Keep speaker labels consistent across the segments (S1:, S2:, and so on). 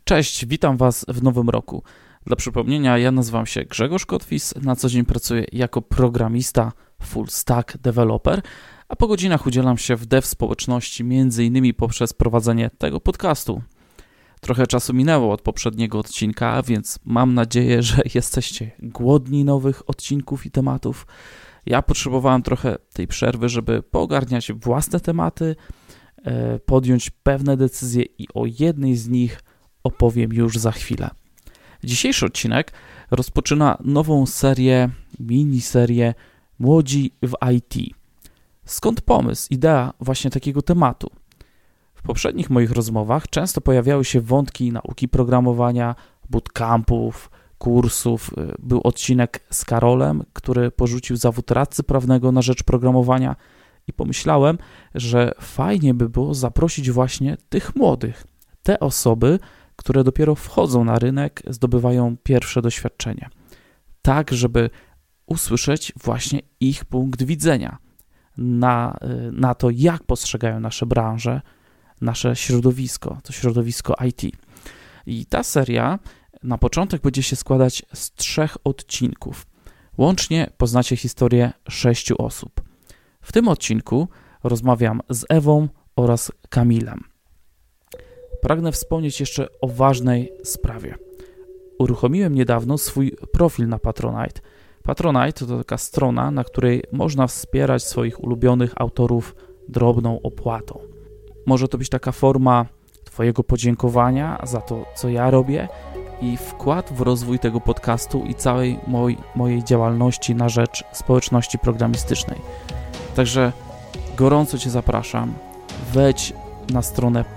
S1: Cześć, witam Was w nowym roku. Dla przypomnienia, ja nazywam się Grzegorz Kotwis, na co dzień pracuję jako programista, full stack developer, a po godzinach udzielam się w dev społeczności m.in. poprzez prowadzenie tego podcastu. Trochę czasu minęło od poprzedniego odcinka, więc mam nadzieję, że jesteście głodni nowych odcinków i tematów. Ja potrzebowałem trochę tej przerwy, żeby poogarniać własne tematy, podjąć pewne decyzje i o jednej z nich opowiem już za chwilę. Dzisiejszy odcinek rozpoczyna nową serię, miniserię Młodzi w IT. Skąd pomysł, idea właśnie takiego tematu? W poprzednich moich rozmowach często pojawiały się wątki nauki programowania, bootcampów, kursów. Był odcinek z Karolem, który porzucił zawód radcy prawnego na rzecz programowania i pomyślałem, że fajnie by było zaprosić właśnie tych młodych, te osoby, które dopiero wchodzą na rynek, zdobywają pierwsze doświadczenie. Tak, żeby usłyszeć właśnie ich punkt widzenia na to, jak postrzegają nasze branże, nasze środowisko, to środowisko IT. I ta seria na początek będzie się składać z 3 odcinków. Łącznie poznacie historię 6 osób. W tym odcinku rozmawiam z Ewą oraz Kamilem. Pragnę wspomnieć jeszcze o ważnej sprawie. Uruchomiłem niedawno swój profil na Patronite. Patronite to taka strona, na której można wspierać swoich ulubionych autorów drobną opłatą. Może to być taka forma Twojego podziękowania za to, co ja robię i wkład w rozwój tego podcastu i całej mojej działalności na rzecz społeczności programistycznej. Także gorąco Cię zapraszam. Wejdź na stronę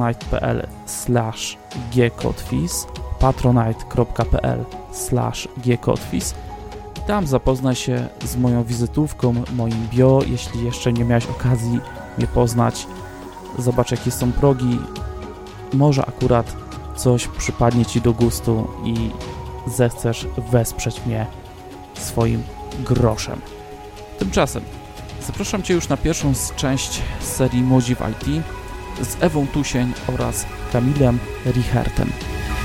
S1: patronite.pl/gkotwis, patronite.pl/gkotwis. Tam zapoznaj się z moją wizytówką, moim bio, jeśli jeszcze nie miałeś okazji mnie poznać. Zobacz, jakie są progi. Może akurat coś przypadnie Ci do gustu i zechcesz wesprzeć mnie swoim groszem. Tymczasem zapraszam Cię już na pierwszą część serii Młodzi w IT z Ewą Tusień oraz Kamilem Richertem.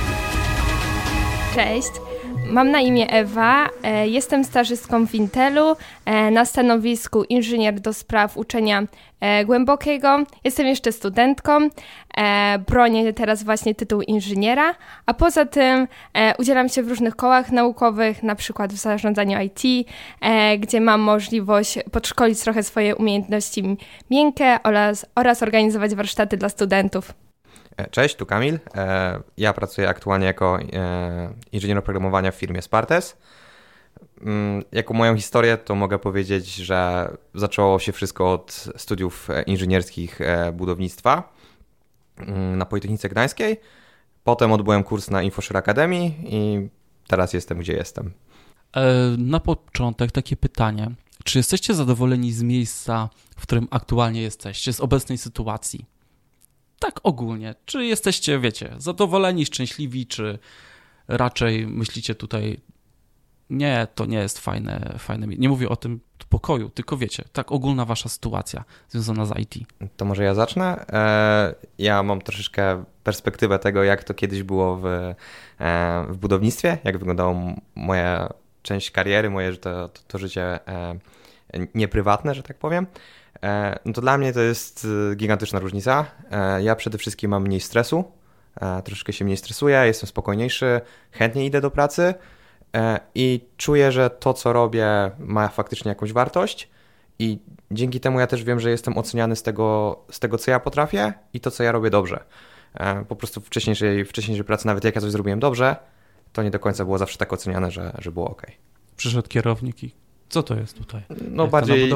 S2: Cześć, mam na imię Ewa, jestem stażystką w Intelu na stanowisku inżynier do spraw uczenia głębokiego. Jestem jeszcze studentką, bronię teraz właśnie tytułu inżyniera, a poza tym udzielam się w różnych kołach naukowych, na przykład w zarządzaniu IT, gdzie mam możliwość podszkolić trochę swoje umiejętności miękkie oraz organizować warsztaty dla studentów.
S3: Cześć, tu Kamil. Ja pracuję aktualnie jako inżynier oprogramowania w firmie Spartes. Jako moją historię to mogę powiedzieć, że zaczęło się wszystko od studiów inżynierskich budownictwa na Politechnice Gdańskiej. Potem odbyłem kurs na InfoShare Academy i teraz jestem, gdzie jestem.
S1: Na początek takie pytanie. Czy jesteście zadowoleni z miejsca, w którym aktualnie jesteście, z obecnej sytuacji? Tak ogólnie. Czy jesteście, zadowoleni, szczęśliwi, czy raczej myślicie tutaj, nie, to nie jest fajne. Nie mówię o tym pokoju, tylko tak ogólna wasza sytuacja związana z IT.
S3: To może ja zacznę. Ja mam troszeczkę perspektywę tego, jak to kiedyś było w budownictwie, jak wyglądała moja część kariery, moje to życie nieprywatne, że tak powiem. No to dla mnie to jest gigantyczna różnica. Ja przede wszystkim mam mniej stresu, troszeczkę się mniej stresuję, jestem spokojniejszy, chętnie idę do pracy i czuję, że to, co robię, ma faktycznie jakąś wartość i dzięki temu ja też wiem, że jestem oceniany z tego, co ja potrafię i to, co ja robię dobrze. Po prostu w wcześniejszej pracy, nawet jak ja coś zrobiłem dobrze, to nie do końca było zawsze tak oceniane, że było ok.
S1: Przyszedł kierownik i co to jest tutaj?
S3: No jak bardziej...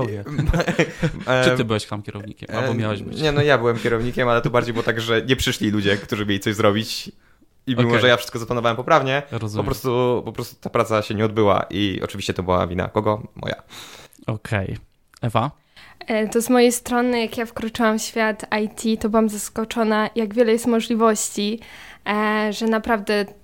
S1: Czy ty byłeś tam kierownikiem? Albo miałeś być?
S3: Nie, no ja byłem kierownikiem, ale to bardziej było tak, że nie przyszli ludzie, którzy mieli coś zrobić i mimo, że ja wszystko zaplanowałem poprawnie, po prostu ta praca się nie odbyła i oczywiście to była wina kogo? Moja.
S1: Okej. Ewa?
S2: To z mojej strony, jak ja wkroczyłam w świat IT, to byłam zaskoczona, jak wiele jest możliwości, że naprawdę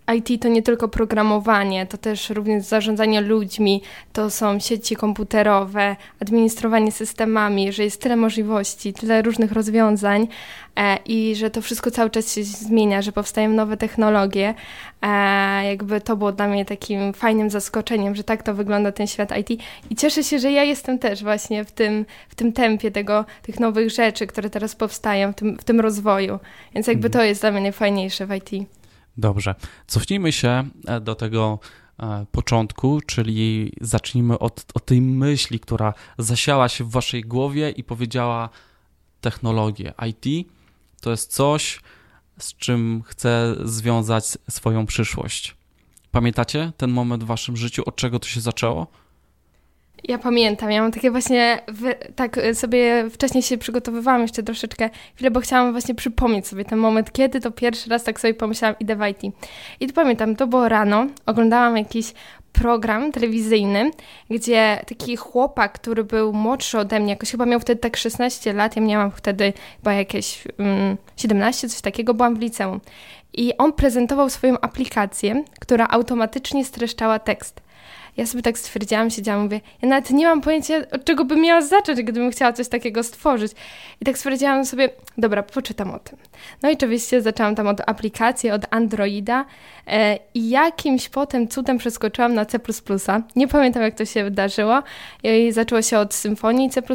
S2: IT to nie tylko programowanie, to też również zarządzanie ludźmi, to są sieci komputerowe, administrowanie systemami, że jest tyle możliwości, tyle różnych rozwiązań i że to wszystko cały czas się zmienia, że powstają nowe technologie. Jakby to było dla mnie takim fajnym zaskoczeniem, że tak to wygląda ten świat IT i cieszę się, że ja jestem też właśnie w tym tempie tych nowych rzeczy, które teraz powstają, w tym rozwoju. Więc jakby to jest dla mnie najfajniejsze w IT.
S1: Dobrze. Cofnijmy się do tego początku, czyli zacznijmy od tej myśli, która zasiała się w waszej głowie i powiedziała technologię. IT to jest coś, z czym chcę związać swoją przyszłość. Pamiętacie ten moment w waszym życiu? Od czego to się zaczęło?
S2: Ja pamiętam, ja mam takie właśnie, tak sobie wcześniej się przygotowywałam jeszcze troszeczkę chwilę, bo chciałam właśnie przypomnieć sobie ten moment, kiedy to pierwszy raz tak sobie pomyślałam, idę w IT. I to pamiętam, to było rano, oglądałam jakiś program telewizyjny, gdzie taki chłopak, który był młodszy ode mnie, jakoś chyba miał wtedy tak 16 lat, ja miałam wtedy chyba jakieś 17, coś takiego, byłam w liceum. I on prezentował swoją aplikację, która automatycznie streszczała tekst. Ja sobie tak stwierdziłam, siedziałam, mówię, ja nawet nie mam pojęcia, od czego bym miała zacząć, gdybym chciała coś takiego stworzyć. I tak stwierdziłam sobie, dobra, poczytam o tym. No i oczywiście zaczęłam tam od aplikacji, od Androida i jakimś potem cudem przeskoczyłam na C++. Nie pamiętam, jak to się wydarzyło. I zaczęło się od Symfonii C++,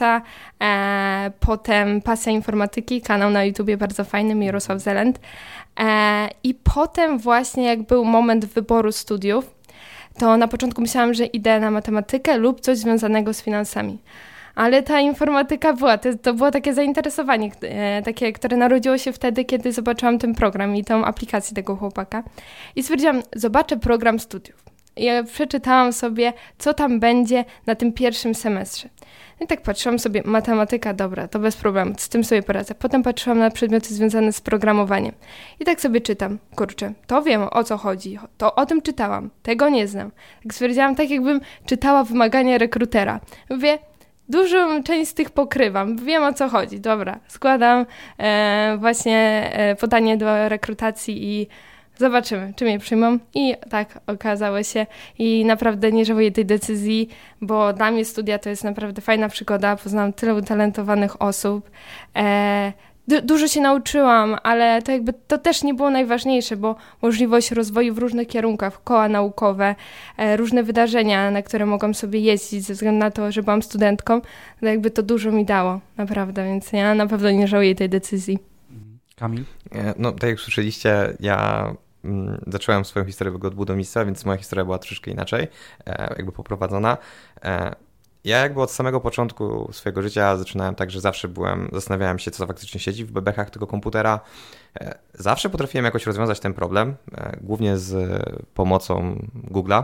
S2: potem Pasja Informatyki, kanał na YouTubie bardzo fajny, Mirosław Zelent. I potem właśnie jak był moment wyboru studiów, to na początku myślałam, że idę na matematykę lub coś związanego z finansami. Ale ta informatyka była, to było takie zainteresowanie, takie, które narodziło się wtedy, kiedy zobaczyłam ten program i tą aplikację tego chłopaka. I stwierdziłam, zobaczę program studiów. I ja przeczytałam sobie, co tam będzie na tym pierwszym semestrze. I tak patrzyłam sobie, matematyka, dobra, to bez problemu, z tym sobie poradzę. Potem patrzyłam na przedmioty związane z programowaniem. I tak sobie czytam, kurczę, to wiem, o co chodzi, to o tym czytałam, tego nie znam. Tak stwierdziłam, tak jakbym czytała wymagania rekrutera. Mówię, dużą część z tych pokrywam, wiem, o co chodzi, dobra, składam właśnie podanie do rekrutacji i zobaczymy, czy mnie przyjmą. I tak okazało się i naprawdę nie żałuję tej decyzji, bo dla mnie studia to jest naprawdę fajna przygoda. Poznałam tyle utalentowanych osób. Dużo się nauczyłam, ale to jakby to też nie było najważniejsze, bo możliwość rozwoju w różnych kierunkach, koła naukowe, różne wydarzenia, na które mogłam sobie jeździć ze względu na to, że byłam studentką, to jakby to dużo mi dało, naprawdę, więc ja na pewno nie żałuję tej decyzji.
S1: Kamil?
S3: No, tak jak słyszeliście, ja zacząłem swoją historię od budownictwa, więc moja historia była troszeczkę inaczej, jakby poprowadzona. Ja jakby od samego początku swojego życia zaczynałem tak, że zawsze zastanawiałem się, co faktycznie siedzi w bebechach tego komputera. Zawsze potrafiłem jakoś rozwiązać ten problem, głównie z pomocą Google'a.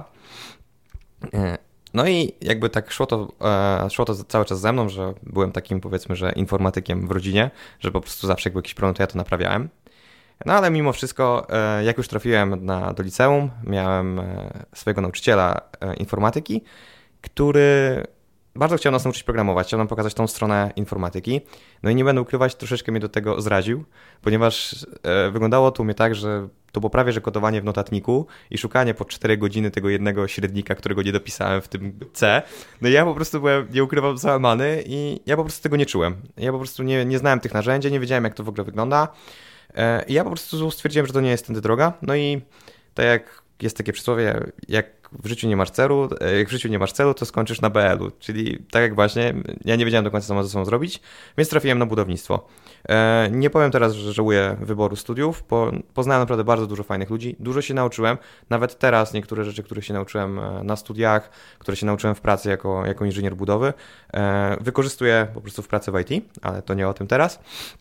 S3: No i jakby tak szło to cały czas ze mną, że byłem takim, powiedzmy, że informatykiem w rodzinie, że po prostu zawsze jak był jakiś problem, to ja to naprawiałem. No ale mimo wszystko, jak już trafiłem do liceum, miałem swojego nauczyciela informatyki, który bardzo chciał nas nauczyć programować, chciał nam pokazać tą stronę informatyki. No i nie będę ukrywać, troszeczkę mnie do tego zraził, ponieważ wyglądało to u mnie tak, że to było prawie że kodowanie w notatniku i szukanie po 4 godziny tego jednego średnika, którego nie dopisałem w tym C. No i ja po prostu byłem, nie ukrywam, załamany i ja po prostu tego nie czułem. Ja po prostu nie znałem tych narzędzi, nie wiedziałem, jak to w ogóle wygląda. I ja po prostu stwierdziłem, że to nie jest tędy droga. No i tak jak jest takie przysłowie, jak w życiu nie masz celu, to skończysz na BL-u. Czyli tak jak właśnie, ja nie wiedziałem do końca, co mam ze sobą zrobić, więc trafiłem na budownictwo. Nie powiem teraz, że żałuję wyboru studiów, bo poznałem naprawdę bardzo dużo fajnych ludzi, dużo się nauczyłem. Nawet teraz niektóre rzeczy, których się nauczyłem na studiach, które się nauczyłem w pracy jako inżynier budowy, wykorzystuję po prostu w pracy w IT, ale to nie o tym teraz.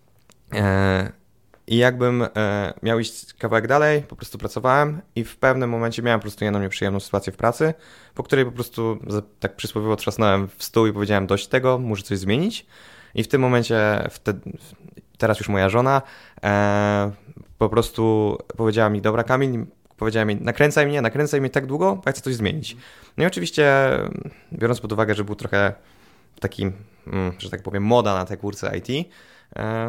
S3: I jakbym miał iść kawałek dalej, po prostu pracowałem i w pewnym momencie miałem po prostu jedną nieprzyjemną sytuację w pracy, po której po prostu tak przysłowiowo trzasnąłem w stół i powiedziałem, dość tego, muszę coś zmienić. I w tym momencie, teraz już moja żona, po prostu powiedziała mi, dobra Kamil, powiedziała mi, nakręcaj mnie tak długo, bo ja chcę coś zmienić. No i oczywiście, biorąc pod uwagę, że był trochę taki, że tak powiem, moda na te kursy IT,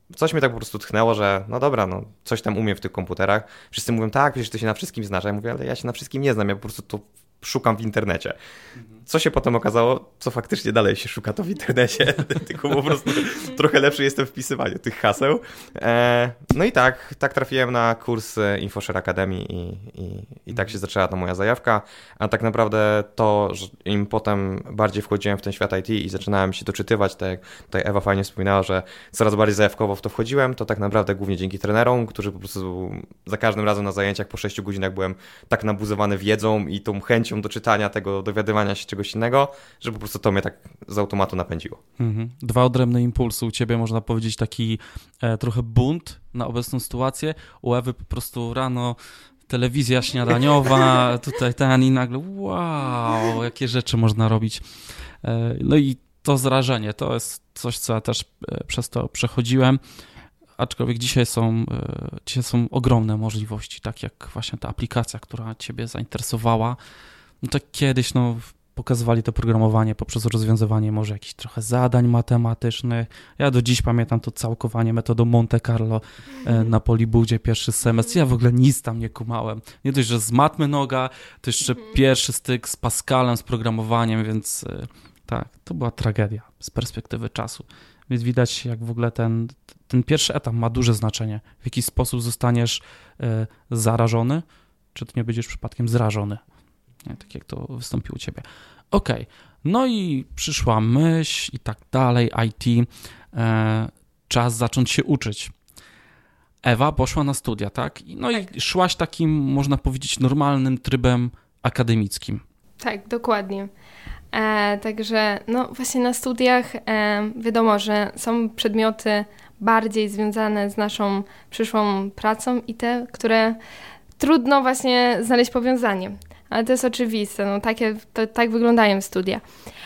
S3: coś mnie tak po prostu tchnęło, że no dobra, no coś tam umiem w tych komputerach. Wszyscy mówią, tak, przecież ty się na wszystkim znasz. Ja mówię, ale ja się na wszystkim nie znam, ja po prostu to szukam w internecie. Co się potem okazało, co faktycznie dalej się szuka to w internecie, tylko po prostu trochę lepszy jestem w wpisywaniu tych haseł. No i tak trafiłem na kurs InfoShare Academy i tak się zaczęła ta moja zajawka, a tak naprawdę to, że im potem bardziej wchodziłem w ten świat IT i zaczynałem się doczytywać, tak jak tutaj Ewa fajnie wspominała, że coraz bardziej zajawkowo w to wchodziłem, to tak naprawdę głównie dzięki trenerom, którzy po prostu za każdym razem na zajęciach po 6 godzinach byłem tak nabuzowany wiedzą i tą chęcią do czytania tego, dowiadywania się czegoś innego, że po prostu to mnie tak z automatu napędziło.
S1: Dwa odrębne impulsy u ciebie, można powiedzieć taki trochę bunt na obecną sytuację. U Ewy po prostu rano telewizja śniadaniowa, tutaj ten i nagle wow, jakie rzeczy można robić. No i to zrażenie, to jest coś, co ja też przez to przechodziłem, aczkolwiek dzisiaj są ogromne możliwości, tak jak właśnie ta aplikacja, która ciebie zainteresowała. No tak kiedyś pokazywali to programowanie poprzez rozwiązywanie może jakichś trochę zadań matematycznych. Ja do dziś pamiętam to całkowanie metodą Monte Carlo na Polibudzie, pierwszy semestr. Ja w ogóle nic tam nie kumałem. Nie dość, że z matmy noga, to jeszcze pierwszy styk z Pascalem, z programowaniem, więc tak, to była tragedia z perspektywy czasu. Więc widać, jak w ogóle ten pierwszy etap ma duże znaczenie. W jaki sposób zostaniesz zarażony, czy to nie będziesz przypadkiem zrażony. Nie, tak jak to wystąpiło u ciebie. Okej, no i przyszła myśl i tak dalej, IT, czas zacząć się uczyć. Ewa poszła na studia, tak? No i szłaś takim, można powiedzieć, normalnym trybem akademickim.
S2: Tak, dokładnie. Także no właśnie na studiach wiadomo, że są przedmioty bardziej związane z naszą przyszłą pracą i te, które trudno właśnie znaleźć powiązanie. Ale to jest oczywiste, no tak wyglądają studia.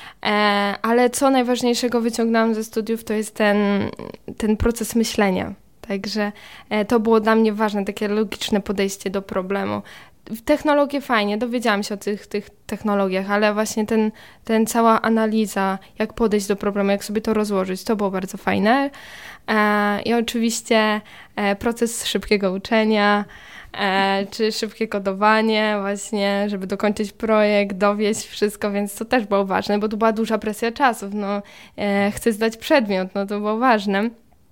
S2: Ale co najważniejszego wyciągnęłam ze studiów, to jest ten proces myślenia. Także to było dla mnie ważne, takie logiczne podejście do problemu. Technologie fajnie, dowiedziałam się o tych technologiach, ale właśnie ten cała analiza, jak podejść do problemu, jak sobie to rozłożyć, to było bardzo fajne. I oczywiście proces szybkiego uczenia, czy szybkie kodowanie właśnie, żeby dokończyć projekt, dowieść wszystko, więc to też było ważne, bo tu była duża presja czasów, chcę zdać przedmiot, to było ważne.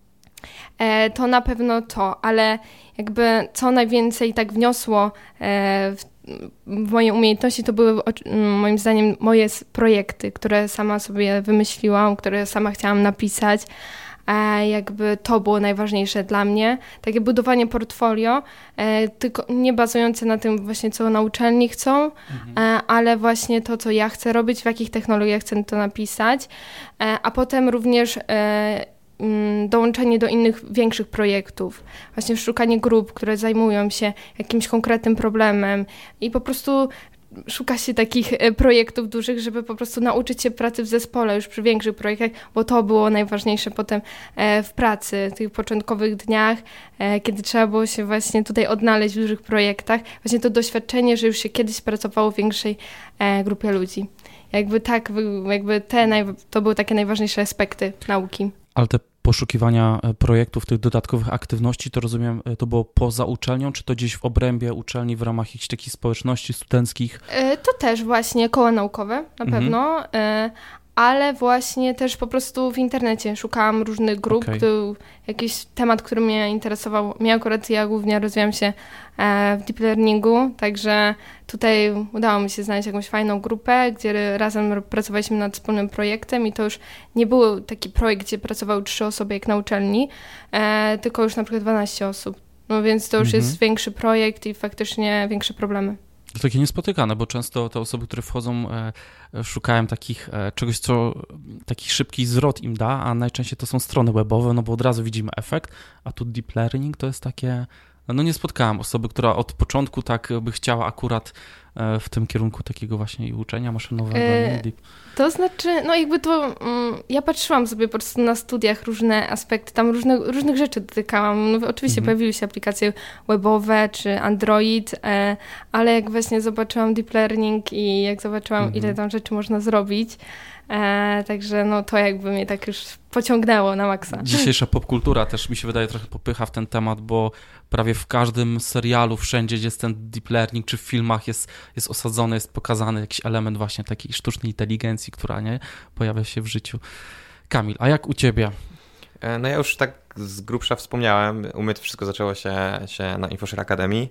S2: To na pewno to, ale jakby co najwięcej tak wniosło w moje umiejętności, to były moim zdaniem moje projekty, które sama sobie wymyśliłam, które sama chciałam napisać. Jakby to było najważniejsze dla mnie. Takie budowanie portfolio, tylko nie bazujące na tym właśnie, co na uczelni chcą, ale właśnie to, co ja chcę robić, w jakich technologiach chcę to napisać, a potem również dołączenie do innych większych projektów, właśnie szukanie grup, które zajmują się jakimś konkretnym problemem i po prostu szuka się takich projektów dużych, żeby po prostu nauczyć się pracy w zespole już przy większych projektach, bo to było najważniejsze potem w pracy, w tych początkowych dniach, kiedy trzeba było się właśnie tutaj odnaleźć w dużych projektach, właśnie to doświadczenie, że już się kiedyś pracowało w większej grupie ludzi. To były takie najważniejsze aspekty nauki.
S1: Ale te poszukiwania projektów, tych dodatkowych aktywności, to rozumiem, to było poza uczelnią, czy to gdzieś w obrębie uczelni w ramach jakichś takich społeczności studenckich?
S2: To też właśnie koła naukowe na pewno, ale właśnie też po prostu w internecie szukałam różnych grup, jakiś temat, który mnie interesował. Ja głównie rozwijam się w deep learningu, także tutaj udało mi się znaleźć jakąś fajną grupę, gdzie razem pracowaliśmy nad wspólnym projektem i to już nie był taki projekt, gdzie pracowały 3 osoby jak na uczelni, tylko już na przykład 12 osób. No więc to już jest większy projekt i faktycznie większe problemy.
S1: To takie niespotykane, bo często te osoby, które wchodzą, szukają czegoś, co taki szybki zwrot im da, a najczęściej to są strony webowe, no bo od razu widzimy efekt, a tu deep learning to jest takie no nie spotkałem osoby, która od początku tak by chciała akurat w tym kierunku takiego właśnie i uczenia maszynowego.
S2: To znaczy, no jakby to, ja patrzyłam sobie po prostu na studiach różne aspekty, tam różnych rzeczy dotykałam. No, oczywiście pojawiły się aplikacje webowe czy Android, ale jak właśnie zobaczyłam deep learning i jak zobaczyłam, ile tam rzeczy można zrobić, także no to jakby mnie tak już pociągnęło na maksa.
S1: Dzisiejsza popkultura też mi się wydaje trochę popycha w ten temat, bo prawie w każdym serialu, wszędzie jest ten deep learning, czy w filmach jest osadzony, jest pokazany jakiś element właśnie takiej sztucznej inteligencji, która nie pojawia się w życiu. Kamil, a jak u ciebie?
S3: No ja już tak z grubsza wspomniałem, u mnie to wszystko zaczęło się na InfoShare Academy.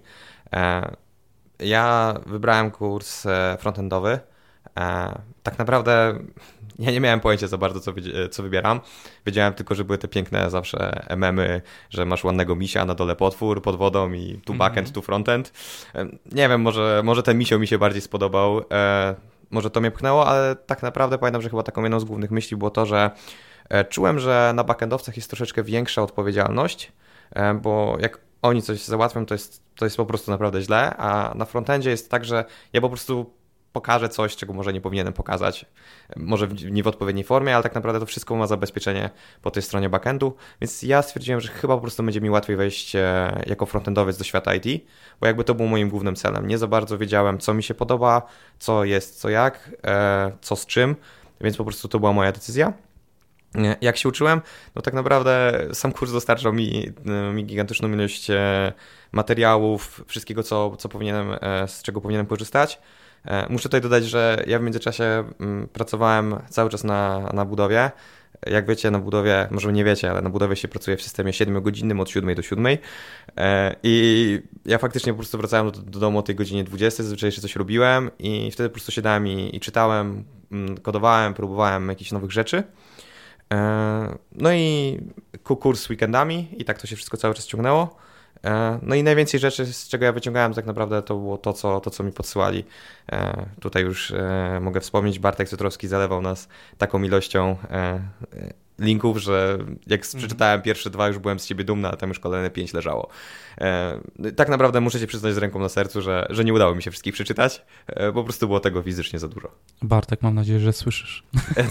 S3: Ja wybrałem kurs frontendowy. Tak naprawdę ja nie miałem pojęcia za bardzo, co wybieram. Wiedziałem tylko, że były te piękne zawsze memy, że masz ładnego misia, na dole potwór pod wodą i tu backend, tu frontend. Nie wiem, może ten misio mi się bardziej spodobał. Może to mnie pchnęło, ale tak naprawdę pamiętam, że chyba taką jedną z głównych myśli było to, że czułem, że na backendowcach jest troszeczkę większa odpowiedzialność, bo jak oni coś załatwią, to jest po prostu naprawdę źle, a na frontendzie jest tak, że ja po prostu pokażę coś, czego może nie powinienem pokazać, może nie w odpowiedniej formie, ale tak naprawdę to wszystko ma zabezpieczenie po tej stronie backendu, więc ja stwierdziłem, że chyba po prostu będzie mi łatwiej wejść jako frontendowiec do świata IT, bo jakby to był moim głównym celem. Nie za bardzo wiedziałem, co mi się podoba, co jest, co jak, co z czym, więc po prostu to była moja decyzja. Jak się uczyłem? No tak naprawdę sam kurs dostarczał mi gigantyczną ilość materiałów, wszystkiego, z czego powinienem korzystać. Muszę tutaj dodać, że ja w międzyczasie pracowałem cały czas na budowie. Jak wiecie, na budowie, może nie wiecie, ale na budowie się pracuje w systemie 7-godzinnym od 7 do 7. I ja faktycznie po prostu wracałem do domu o tej godzinie 20, zazwyczaj jeszcze coś robiłem i wtedy po prostu siadałem i czytałem, kodowałem, próbowałem jakichś nowych rzeczy. No i kurs z weekendami i tak to się wszystko cały czas ciągnęło. No i najwięcej rzeczy, z czego ja wyciągałem tak naprawdę to było to, co mi podsyłali. Tutaj już mogę wspomnieć, Bartek Cytrowski zalewał nas taką ilością linków, że jak przeczytałem pierwsze 2, już byłem z siebie dumny, a tam już kolejne 5 leżało. Tak naprawdę muszę się przyznać z ręką na sercu, że nie udało mi się wszystkich przeczytać, po prostu było tego fizycznie za dużo.
S1: Bartek, mam nadzieję, że słyszysz.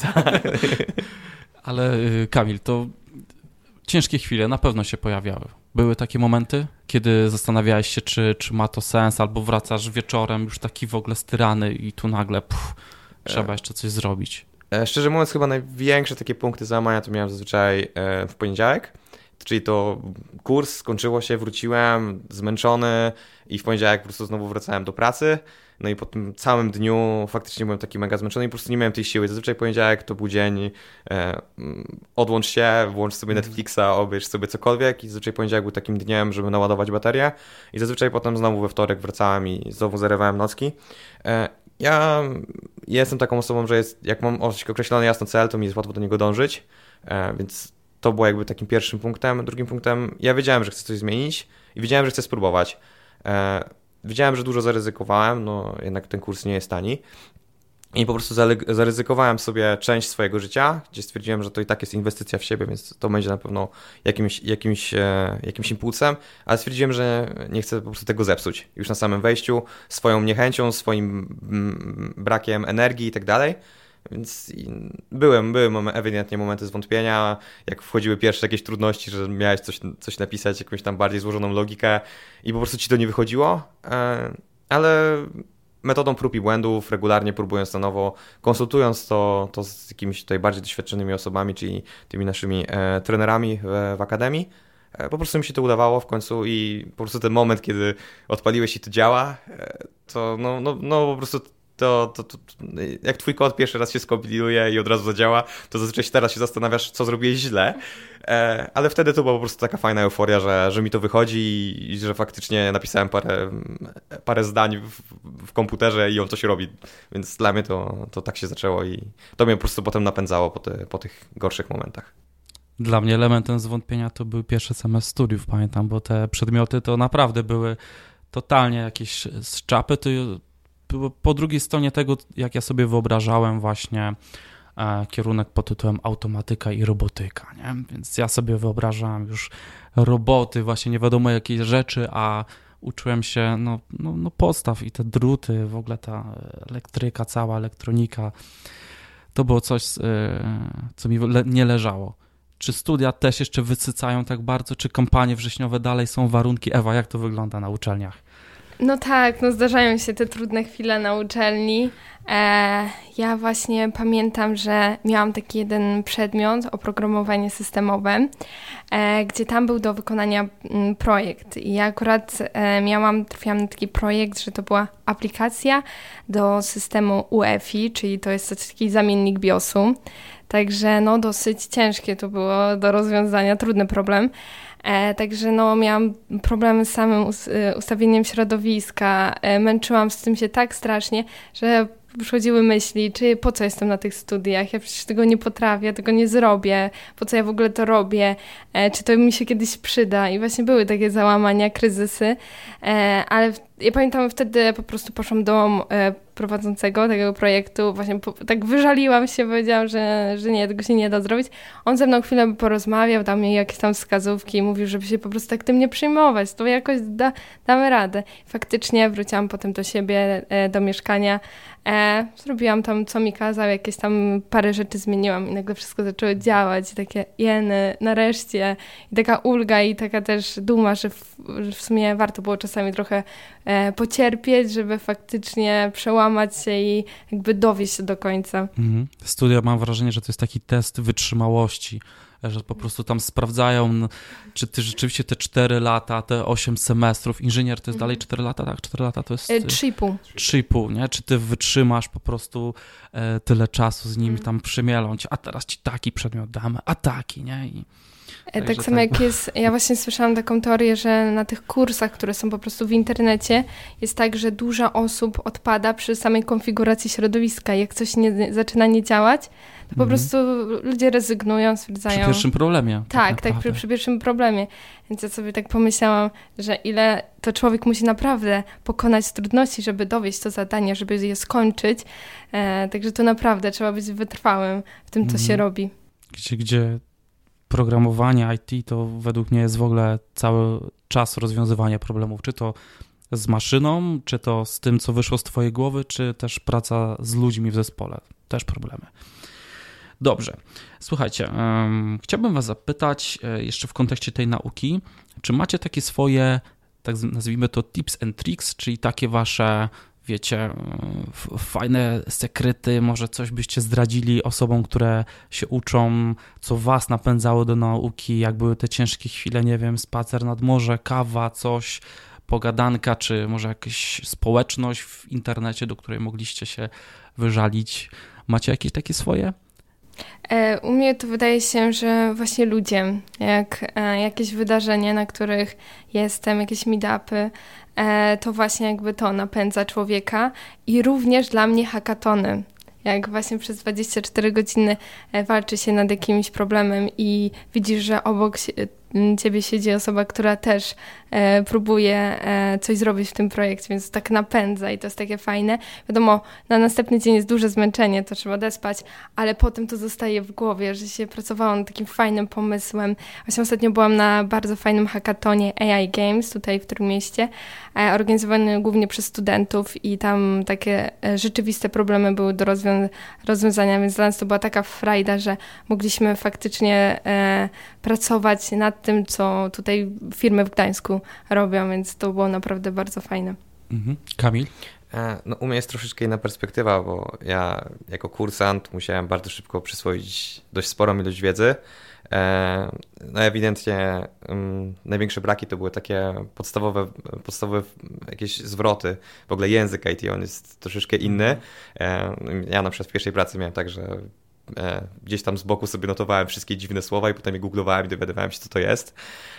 S1: Ale Kamil, to ciężkie chwile na pewno się pojawiały. Były takie momenty, kiedy zastanawiałeś się, czy ma to sens, albo wracasz wieczorem już taki w ogóle styrany i tu nagle trzeba jeszcze coś zrobić.
S3: Szczerze mówiąc, chyba największe takie punkty załamania to miałem zazwyczaj w poniedziałek, czyli to kurs, skończyło się, wróciłem zmęczony i w poniedziałek po prostu znowu wracałem do pracy. No i po tym całym dniu faktycznie byłem taki mega zmęczony i po prostu nie miałem tej siły. Zazwyczaj poniedziałek to był dzień, odłącz się, włącz sobie Netflixa, obejrz sobie cokolwiek i zazwyczaj poniedziałek był takim dniem, żeby naładować baterię i zazwyczaj potem znowu we wtorek wracałem i znowu zarywałem nocki. Ja jestem taką osobą, że jak mam określony jasno cel, to mi jest łatwo do niego dążyć, więc to było jakby takim pierwszym punktem. Drugim punktem, ja wiedziałem, że chcę coś zmienić i wiedziałem, że chcę spróbować. Wiedziałem, że dużo zaryzykowałem, no jednak ten kurs nie jest tani i po prostu zaryzykowałem sobie część swojego życia, gdzie stwierdziłem, że to i tak jest inwestycja w siebie, więc to będzie na pewno jakimś impulsem, ale stwierdziłem, że nie chcę po prostu tego zepsuć już na samym wejściu, swoją niechęcią, swoim brakiem energii i tak dalej. Więc były ewidentnie momenty zwątpienia, jak wchodziły pierwsze jakieś trudności, że miałeś coś napisać, jakąś tam bardziej złożoną logikę i po prostu ci to nie wychodziło, ale metodą prób i błędów, regularnie próbując na nowo, konsultując to z jakimiś tutaj bardziej doświadczonymi osobami, czyli tymi naszymi trenerami w akademii, po prostu mi się to udawało w końcu i po prostu ten moment, kiedy odpaliłeś i to działa, to no po prostu to jak twój kod pierwszy raz się skompiluje i od razu zadziała, to zazwyczaj teraz się zastanawiasz, co zrobiłeś źle, ale wtedy to była po prostu taka fajna euforia, że mi to wychodzi i że faktycznie napisałem parę zdań w komputerze i on coś robi, więc dla mnie to tak się zaczęło i to mnie po prostu potem napędzało po tych gorszych momentach.
S1: Dla mnie elementem zwątpienia to był pierwszy semestr studiów, pamiętam, bo te przedmioty to naprawdę były totalnie jakieś z czapy, to było po drugiej stronie tego, jak ja sobie wyobrażałem właśnie kierunek pod tytułem automatyka i robotyka, nie? Więc ja sobie wyobrażam już roboty, właśnie nie wiadomo jakie rzeczy, a uczyłem się no podstaw i te druty, w ogóle ta elektryka, cała elektronika, to było coś, co mi nie leżało. Czy studia też jeszcze wysycają tak bardzo, czy kampanie wrześniowe dalej są warunki? Ewa, jak to wygląda na uczelniach?
S2: No tak, no zdarzają się te trudne chwile na uczelni. Ja właśnie pamiętam, że miałam taki jeden przedmiot, oprogramowanie systemowe, gdzie tam był do wykonania projekt. I ja akurat trafiłam na taki projekt, że to była aplikacja do systemu UEFI, czyli to jest taki zamiennik BIOS-u. Także no dosyć ciężkie to było do rozwiązania, trudny problem. Także no miałam problemy z samym ustawieniem środowiska, męczyłam z tym się tak strasznie, że przychodziły myśli, czy po co jestem na tych studiach, ja przecież tego nie potrafię, tego nie zrobię, po co ja w ogóle to robię, czy to mi się kiedyś przyda i właśnie były takie załamania, kryzysy, ale ja pamiętam wtedy po prostu poszłam do prowadzącego tego projektu, właśnie tak wyżaliłam się, powiedziałam, że nie, tego się nie da zrobić. On ze mną chwilę porozmawiał, dał mi jakieś tam wskazówki i mówił, żeby się po prostu tak tym nie przejmować, to jakoś damy radę. Faktycznie wróciłam potem do siebie, do mieszkania, zrobiłam tam, co mi kazał, jakieś tam parę rzeczy zmieniłam i nagle wszystko zaczęło działać i takie jeny, nareszcie i taka ulga i taka też duma, że w sumie warto było czasami trochę pocierpieć, żeby faktycznie przełamać się i jakby dowieść się do końca.
S1: Studia, mam wrażenie, że to jest taki test wytrzymałości, że po prostu tam sprawdzają, czy ty rzeczywiście te 4 lata, te 8 semestrów, inżynier to jest dalej 4 lata, tak? 4 lata to jest...
S2: 3,5.
S1: 3,5, nie? Czy ty wytrzymasz po prostu tyle czasu z nimi tam przemielą cię, a teraz ci taki przedmiot damy, a taki, nie?
S2: Tak samo jak jest, ja właśnie słyszałam taką teorię, że na tych kursach, które są po prostu w internecie, jest tak, że dużo osób odpada przy samej konfiguracji środowiska. Jak coś zaczyna nie działać, to po prostu ludzie rezygnują, stwierdzają...
S1: Przy pierwszym problemie.
S2: Tak, przy pierwszym problemie. Więc ja sobie tak pomyślałam, że ile to człowiek musi naprawdę pokonać trudności, żeby dowieść to zadanie, żeby je skończyć. Także to naprawdę trzeba być wytrwałym w tym, co się robi.
S1: Gdzie programowanie IT to według mnie jest w ogóle cały czas rozwiązywania problemów, czy to z maszyną, czy to z tym, co wyszło z twojej głowy, czy też praca z ludźmi w zespole. Też problemy. Dobrze. Słuchajcie, chciałbym was zapytać jeszcze w kontekście tej nauki, czy macie takie swoje, tak nazwijmy to tips and tricks, czyli takie wasze, wiecie, fajne sekrety, może coś byście zdradzili osobom, które się uczą, co was napędzało do nauki, jak były te ciężkie chwile, nie wiem, spacer nad morze, kawa, coś, pogadanka, czy może jakaś społeczność w internecie, do której mogliście się wyżalić. Macie jakieś takie swoje?
S2: U mnie to wydaje się, że właśnie ludzie, jak jakieś wydarzenie, na których jestem, jakieś meetupy, to właśnie jakby to napędza człowieka i również dla mnie hackatony. Jak właśnie przez 24 godziny walczy się nad jakimś problemem i widzisz, że obok ciebie siedzi osoba, która też próbuje coś zrobić w tym projekcie, więc tak napędza i to jest takie fajne. Wiadomo, na następny dzień jest duże zmęczenie, to trzeba odespać, ale potem to zostaje w głowie, że się pracowało nad takim fajnym pomysłem. Właśnie ostatnio byłam na bardzo fajnym hackatonie AI Games tutaj w Trójmieście, organizowany głównie przez studentów i tam takie rzeczywiste problemy były do rozwiązania, więc dla nas to była taka frajda, że mogliśmy faktycznie pracować nad tym, co tutaj firmy w Gdańsku robią, więc to było naprawdę bardzo fajne.
S1: Kamil?
S3: No, u mnie jest troszeczkę inna perspektywa, bo ja jako kursant musiałem bardzo szybko przyswoić dość sporą ilość wiedzy. No ewidentnie największe braki to były takie podstawowe jakieś zwroty. W ogóle język IT, on jest troszeczkę inny. Ja na przykład w pierwszej pracy miałem tak, że gdzieś tam z boku sobie notowałem wszystkie dziwne słowa i potem je googlowałem i dowiadywałem się, co to jest.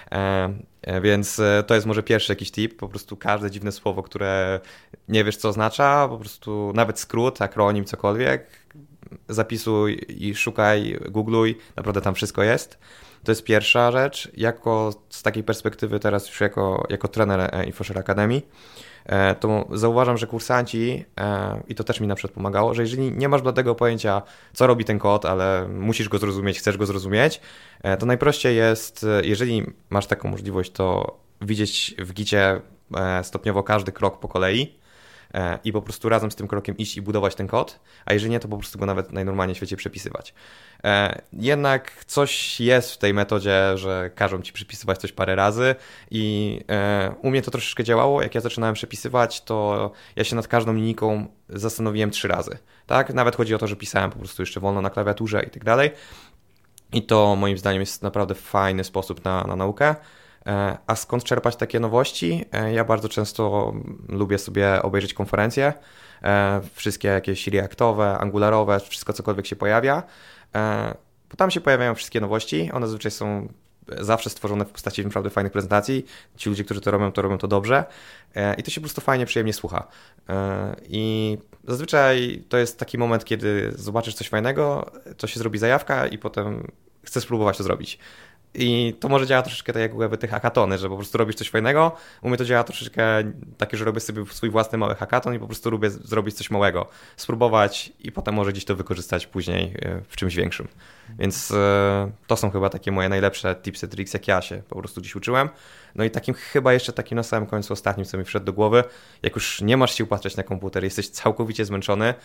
S3: Więc to jest może pierwszy jakiś tip, po prostu każde dziwne słowo, które nie wiesz, co oznacza, po prostu nawet skrót, akronim, cokolwiek, zapisuj i szukaj, googluj, naprawdę tam wszystko jest. To jest pierwsza rzecz. Z takiej perspektywy teraz już jako trener InfoShare Academy, to zauważam, że kursanci, i to też mi na przykład pomagało, że jeżeli nie masz bladego pojęcia, co robi ten kod, ale musisz go zrozumieć, chcesz go zrozumieć, to najprościej jest, jeżeli masz taką możliwość, to widzieć w gicie stopniowo każdy krok po kolei i po prostu razem z tym krokiem iść i budować ten kod, a jeżeli nie, to po prostu go nawet najnormalniej w świecie przepisywać. Jednak coś jest w tej metodzie, że każą ci przepisywać coś parę razy i u mnie to troszeczkę działało. Jak ja zaczynałem przepisywać, to ja się nad każdą linijką zastanowiłem 3 razy. Tak? Nawet chodzi o to, że pisałem po prostu jeszcze wolno na klawiaturze i tak dalej. I to moim zdaniem jest naprawdę fajny sposób na naukę. A skąd czerpać takie nowości? Ja bardzo często lubię sobie obejrzeć konferencje, wszystkie jakieś reactowe, angularowe, wszystko cokolwiek się pojawia, bo tam się pojawiają wszystkie nowości, one zazwyczaj są zawsze stworzone w postaci naprawdę fajnych prezentacji, ci ludzie, którzy to robią to dobrze i to się po prostu fajnie, przyjemnie słucha. I zazwyczaj to jest taki moment, kiedy zobaczysz coś fajnego, to się zrobi zajawka i potem chcesz spróbować to zrobić. I to może działa troszeczkę tak jak te hackatony, że po prostu robisz coś fajnego. U mnie to działa troszeczkę takie, że robię sobie swój własny mały hackaton i po prostu lubię zrobić coś małego, spróbować i potem może gdzieś to wykorzystać później w czymś większym. Więc to są chyba takie moje najlepsze tipsy, tricks, jak ja się po prostu dziś uczyłem. No i chyba jeszcze takim na samym końcu ostatnim, co mi wszedł do głowy, jak już nie masz sił patrzeć na komputer, jesteś całkowicie zmęczony,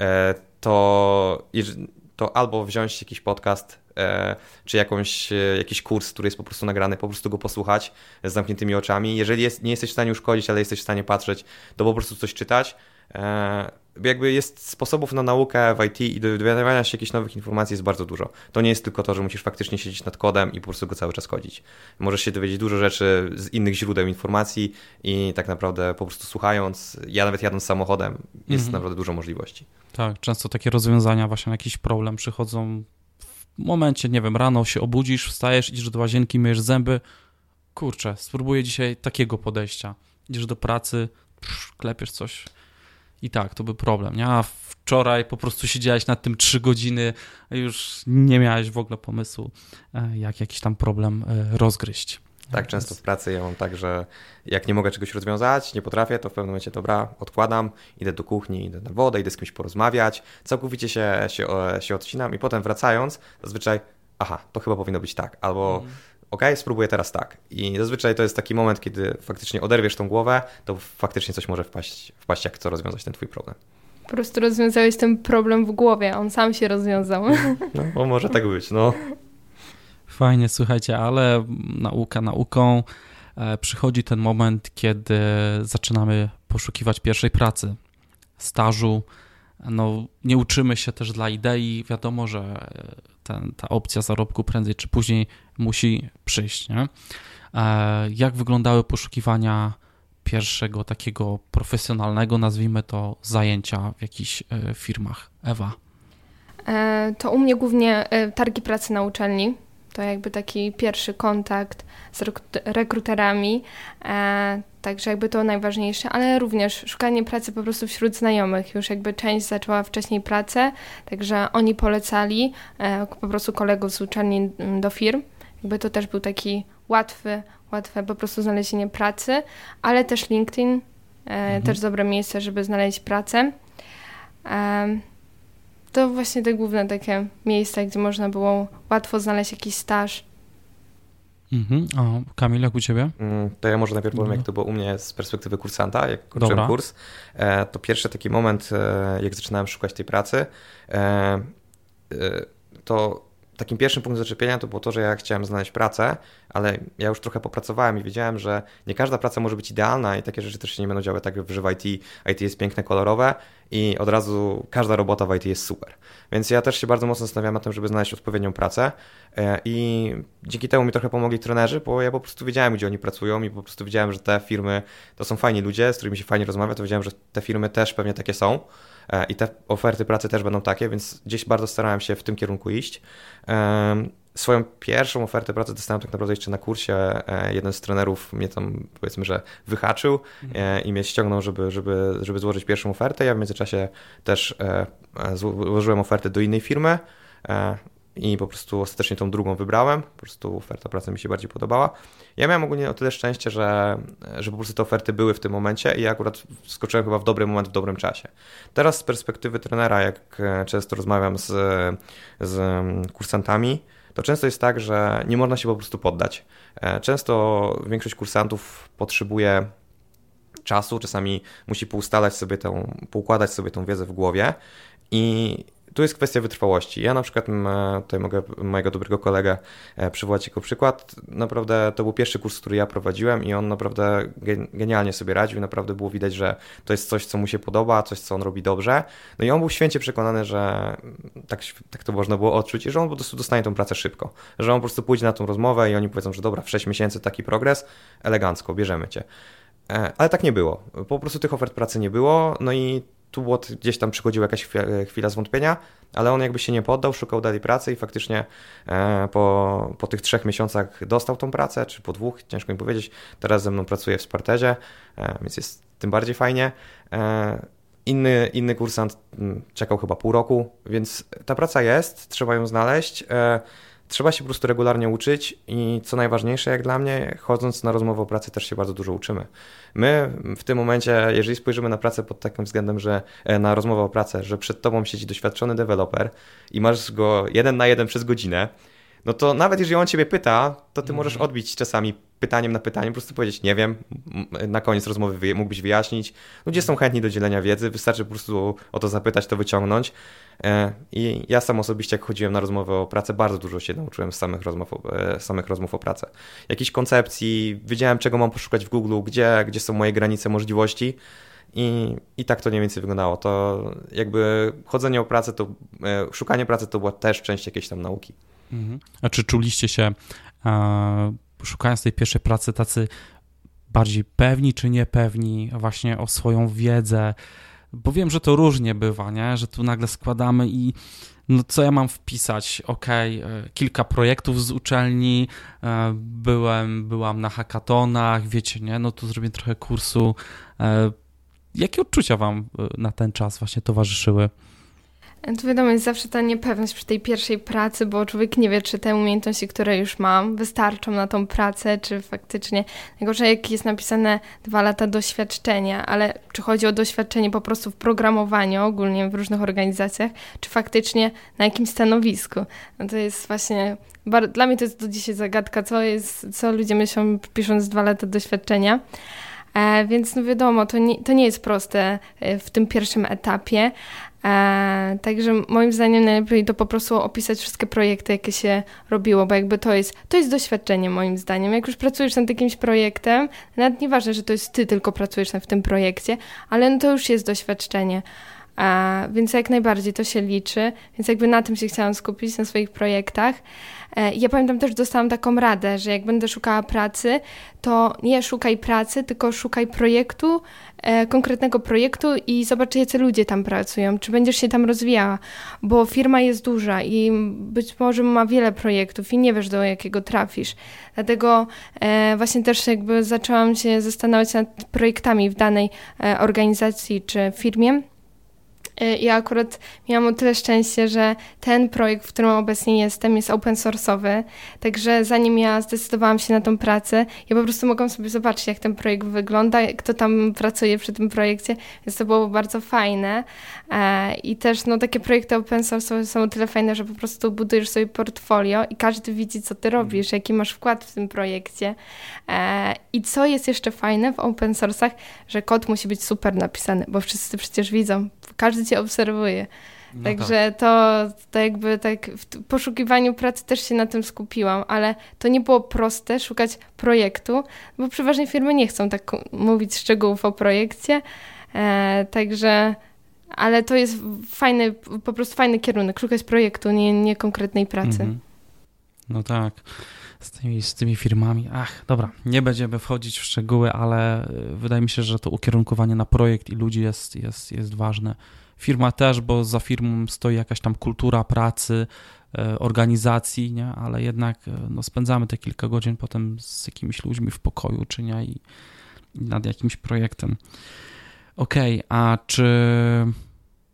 S3: to albo wziąć jakiś podcast, czy jakiś kurs, który jest po prostu nagrany, po prostu go posłuchać z zamkniętymi oczami. Jeżeli nie jesteś w stanie uszkodzić, ale jesteś w stanie patrzeć, to po prostu coś czytać. Jakby jest sposobów na naukę w IT i do dowiadywania się jakichś nowych informacji jest bardzo dużo. To nie jest tylko to, że musisz faktycznie siedzieć nad kodem i po prostu go cały czas kodzić. Możesz się dowiedzieć dużo rzeczy z innych źródeł informacji i tak naprawdę po prostu słuchając, ja nawet jadąc samochodem, jest naprawdę dużo możliwości.
S1: Tak, często takie rozwiązania właśnie na jakiś problem przychodzą w momencie, nie wiem, rano się obudzisz, wstajesz, idziesz do łazienki, myjesz zęby. Kurczę, spróbuję dzisiaj takiego podejścia. Idziesz do pracy, klepiesz coś i tak, to był problem, nie? A wczoraj po prostu siedziałeś nad tym 3 godziny, a już nie miałeś w ogóle pomysłu, jak jakiś tam problem rozgryźć.
S3: Tak, często w pracy ja mam tak, że jak nie mogę czegoś rozwiązać, nie potrafię, to w pewnym momencie dobra, odkładam, idę do kuchni, idę na wodę, idę z kimś porozmawiać, całkowicie się odcinam i potem wracając zazwyczaj, to chyba powinno być tak, albo okej, spróbuję teraz tak. I zazwyczaj to jest taki moment, kiedy faktycznie oderwiesz tą głowę, to faktycznie coś może wpaść jak to rozwiązać ten twój problem.
S2: Po prostu rozwiązałeś ten problem w głowie, on sam się rozwiązał.
S3: No, może tak być, no.
S1: Fajnie, słuchajcie, ale nauka nauką, przychodzi ten moment, kiedy zaczynamy poszukiwać pierwszej pracy, stażu. No, nie uczymy się też dla idei, wiadomo, że ta opcja zarobku prędzej czy później musi przyjść, nie? Jak wyglądały poszukiwania pierwszego takiego profesjonalnego, nazwijmy to, zajęcia w jakichś firmach? Ewa?
S2: To u mnie głównie targi pracy na uczelni. To jakby taki pierwszy kontakt z rekruterami, także jakby to najważniejsze, ale również szukanie pracy po prostu wśród znajomych. Już jakby część zaczęła wcześniej pracę, także oni polecali po prostu kolegów z uczelni do firm. Jakby to też był taki łatwe po prostu znalezienie pracy, ale też LinkedIn, też dobre miejsce, żeby znaleźć pracę. To właśnie te główne takie miejsca, gdzie można było łatwo znaleźć jakiś staż.
S1: A Kamil, jak u ciebie?
S3: To ja może najpierw powiem, jak to było u mnie z perspektywy kursanta, jak kończyłem kurs. To pierwszy taki moment, jak zaczynałem szukać tej pracy, to takim pierwszym punktem zaczepienia to było to, że ja chciałem znaleźć pracę, ale ja już trochę popracowałem i wiedziałem, że nie każda praca może być idealna i takie rzeczy też się nie będą działy tak, że w IT jest piękne, kolorowe i od razu każda robota w IT jest super. Więc ja też się bardzo mocno zastanawiałem na tym, żeby znaleźć odpowiednią pracę i dzięki temu mi trochę pomogli trenerzy, bo ja po prostu wiedziałem, gdzie oni pracują i po prostu wiedziałem, że te firmy to są fajni ludzie, z którymi się fajnie rozmawia, to wiedziałem, że te firmy też pewnie takie są. I te oferty pracy też będą takie, więc gdzieś bardzo starałem się w tym kierunku iść. Swoją pierwszą ofertę pracy dostałem tak naprawdę jeszcze na kursie. Jeden z trenerów mnie tam, powiedzmy, że wyhaczył i mnie ściągnął, żeby złożyć pierwszą ofertę. Ja w międzyczasie też złożyłem ofertę do innej firmy. i po prostu ostatecznie tą drugą wybrałem, po prostu oferta pracy mi się bardziej podobała. Ja miałem ogólnie o tyle szczęście, że po prostu te oferty były w tym momencie i ja akurat wskoczyłem chyba w dobry moment, w dobrym czasie. Teraz z perspektywy trenera, jak często rozmawiam z kursantami, to często jest tak, że nie można się po prostu poddać. Często większość kursantów potrzebuje czasu, czasami musi poukładać sobie tą wiedzę w głowie i tu jest kwestia wytrwałości. Ja na przykład tutaj mogę mojego dobrego kolegę przywołać jako przykład. Naprawdę to był pierwszy kurs, który ja prowadziłem i on naprawdę genialnie sobie radził. Naprawdę było widać, że to jest coś, co mu się podoba, coś, co on robi dobrze. No i on był święcie przekonany, że tak to można było odczuć i że on po prostu dostanie tą pracę szybko. Że on po prostu pójdzie na tą rozmowę i oni powiedzą, że dobra, w 6 miesięcy taki progres, elegancko, bierzemy cię. Ale tak nie było. Po prostu tych ofert pracy nie było, no i tu gdzieś tam przychodziła jakaś chwila zwątpienia, ale on jakby się nie poddał, szukał dalej pracy i faktycznie po tych 3 miesiącach dostał tą pracę, czy po 2, ciężko mi powiedzieć. Teraz ze mną pracuje w Spartezie, więc jest tym bardziej fajnie. Inny kursant czekał chyba pół roku, więc ta praca jest, trzeba ją znaleźć. Trzeba się po prostu regularnie uczyć i co najważniejsze jak dla mnie, chodząc na rozmowę o pracy też się bardzo dużo uczymy. My w tym momencie, jeżeli spojrzymy na pracę pod takim względem, że na rozmowę o pracę, że przed tobą siedzi doświadczony deweloper i masz go 1 na 1 przez godzinę, no to nawet jeżeli on ciebie pyta, to ty możesz odbić czasami pytaniem na pytanie, po prostu powiedzieć nie wiem, na koniec rozmowy mógłbyś wyjaśnić. Ludzie są chętni do dzielenia wiedzy, wystarczy po prostu o to zapytać, to wyciągnąć. I ja sam osobiście, jak chodziłem na rozmowę o pracę, bardzo dużo się nauczyłem z samych rozmów o pracę. Jakichś koncepcji, wiedziałem czego mam poszukać w Google, gdzie są moje granice możliwości. I tak to mniej więcej wyglądało. To jakby chodzenie o pracę, szukanie pracy to była też część jakiejś tam nauki.
S1: A czy czuliście się, szukając tej pierwszej pracy, tacy bardziej pewni czy niepewni właśnie o swoją wiedzę? Bo wiem, że to różnie bywa, nie? Że tu nagle składamy i no co ja mam wpisać? Okej, kilka projektów z uczelni, byłam na hackathonach, wiecie, nie? No tu zrobię trochę kursu. Jakie odczucia wam na ten czas właśnie towarzyszyły?
S2: To wiadomo, jest zawsze ta niepewność przy tej pierwszej pracy, bo człowiek nie wie, czy te umiejętności, które już mam, wystarczą na tą pracę, czy faktycznie, najgorzej jak jest napisane 2 lata doświadczenia, ale czy chodzi o doświadczenie po prostu w programowaniu, ogólnie w różnych organizacjach, czy faktycznie na jakimś stanowisku. No to jest właśnie, dla mnie to jest do dzisiaj zagadka, co ludzie myślą, pisząc 2 lata doświadczenia. Więc no wiadomo, to nie jest proste w tym pierwszym etapie. Także moim zdaniem najlepiej to po prostu opisać wszystkie projekty, jakie się robiło, bo jakby to jest doświadczenie moim zdaniem. Jak już pracujesz nad jakimś projektem, nawet nieważne, że to jest ty tylko pracujesz w tym projekcie, ale no to już jest doświadczenie. Więc jak najbardziej to się liczy, więc jakby na tym się chciałam skupić, na swoich projektach. Ja pamiętam też, dostałam taką radę, że jak będę szukała pracy, to nie szukaj pracy, tylko szukaj projektu, konkretnego projektu i zobacz, jacy ludzie tam pracują, czy będziesz się tam rozwijała, bo firma jest duża i być może ma wiele projektów i nie wiesz, do jakiego trafisz. Dlatego właśnie też jakby zaczęłam się zastanawiać nad projektami w danej organizacji czy firmie. Ja akurat miałam o tyle szczęście, że ten projekt, w którym obecnie jestem, jest open source'owy, także zanim ja zdecydowałam się na tą pracę, ja po prostu mogłam sobie zobaczyć, jak ten projekt wygląda, kto tam pracuje przy tym projekcie, więc to było bardzo fajne. I też no, takie projekty open source'owe są o tyle fajne, że po prostu budujesz sobie portfolio i każdy widzi, co ty robisz, jaki masz wkład w tym projekcie. I co jest jeszcze fajne w open source'ach, że kod musi być super napisany, bo wszyscy przecież widzą, każdy cię obserwuje. No także tak. To jakby tak w poszukiwaniu pracy też się na tym skupiłam, ale to nie było proste szukać projektu, bo przeważnie firmy nie chcą tak mówić szczegółów o projekcie, także ale to jest fajny, po prostu fajny kierunek, szukać projektu, nie konkretnej pracy.
S1: No tak. Z tymi firmami. Dobra, nie będziemy wchodzić w szczegóły, ale wydaje mi się, że to ukierunkowanie na projekt i ludzi jest ważne. Firma też, bo za firmą stoi jakaś tam kultura pracy, organizacji, nie? Ale jednak no, spędzamy te kilka godzin potem z jakimiś ludźmi w pokoju, czy nie? I nad jakimś projektem. Okej, a czy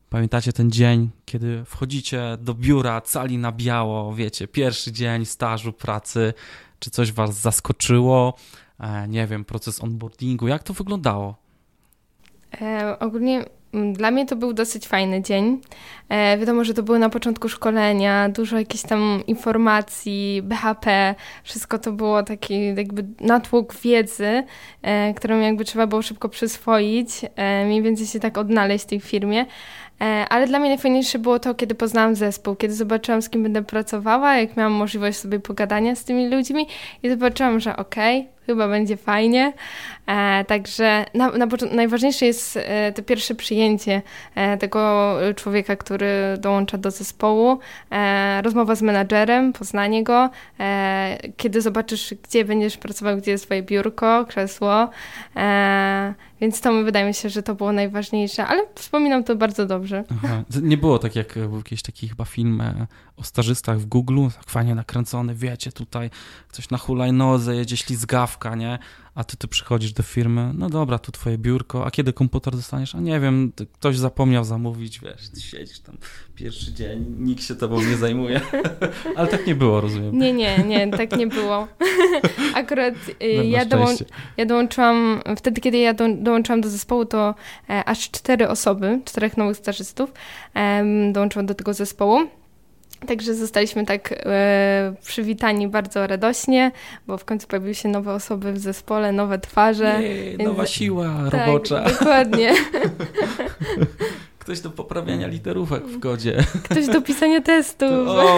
S1: Pamiętacie ten dzień, kiedy wchodzicie do biura cali na biało, wiecie, pierwszy dzień stażu, pracy, czy coś was zaskoczyło? Nie wiem, proces onboardingu, jak to wyglądało?
S2: Ogólnie dla mnie to był dosyć fajny dzień. Wiadomo, że to było na początku szkolenia, dużo jakichś tam informacji, BHP, wszystko to było taki jakby natłok wiedzy, którą jakby trzeba było szybko przyswoić, mniej więcej się tak odnaleźć w tej firmie. Ale dla mnie najfajniejsze było to, kiedy poznałam zespół, kiedy zobaczyłam, z kim będę pracowała, jak miałam możliwość sobie pogadania z tymi ludźmi i zobaczyłam, że chyba będzie fajnie. Także najważniejsze jest to pierwsze przyjęcie tego człowieka, który dołącza do zespołu, rozmowa z menadżerem, poznanie go, kiedy zobaczysz, gdzie będziesz pracował, gdzie jest twoje biurko, krzesło. Więc to wydaje mi się, że to było najważniejsze, ale wspominam to bardzo dobrze.
S1: Aha. Nie było tak, jak był jakiś taki chyba film o stażystach w Google'u, tak fajnie nakręcony, wiecie, tutaj coś na hulajnodze, jedzie ślizgawka, nie? A ty przychodzisz do firmy, no dobra, tu twoje biurko, a kiedy komputer dostaniesz? A nie wiem, ktoś zapomniał zamówić, wiesz, ty siedzisz tam pierwszy dzień, nikt się tobą nie zajmuje. Ale tak nie było, rozumiem.
S2: Nie, tak nie było. Akurat ja dołączyłam, wtedy kiedy ja dołączyłam do zespołu, to aż 4 nowych stażystów dołączyło do tego zespołu. Także zostaliśmy tak przywitani bardzo radośnie, bo w końcu pojawiły się nowe osoby w zespole, nowe twarze.
S1: Nowa siła robocza.
S2: Tak, dokładnie.
S1: Ktoś do poprawiania literówek w kodzie.
S2: Ktoś do pisania testów.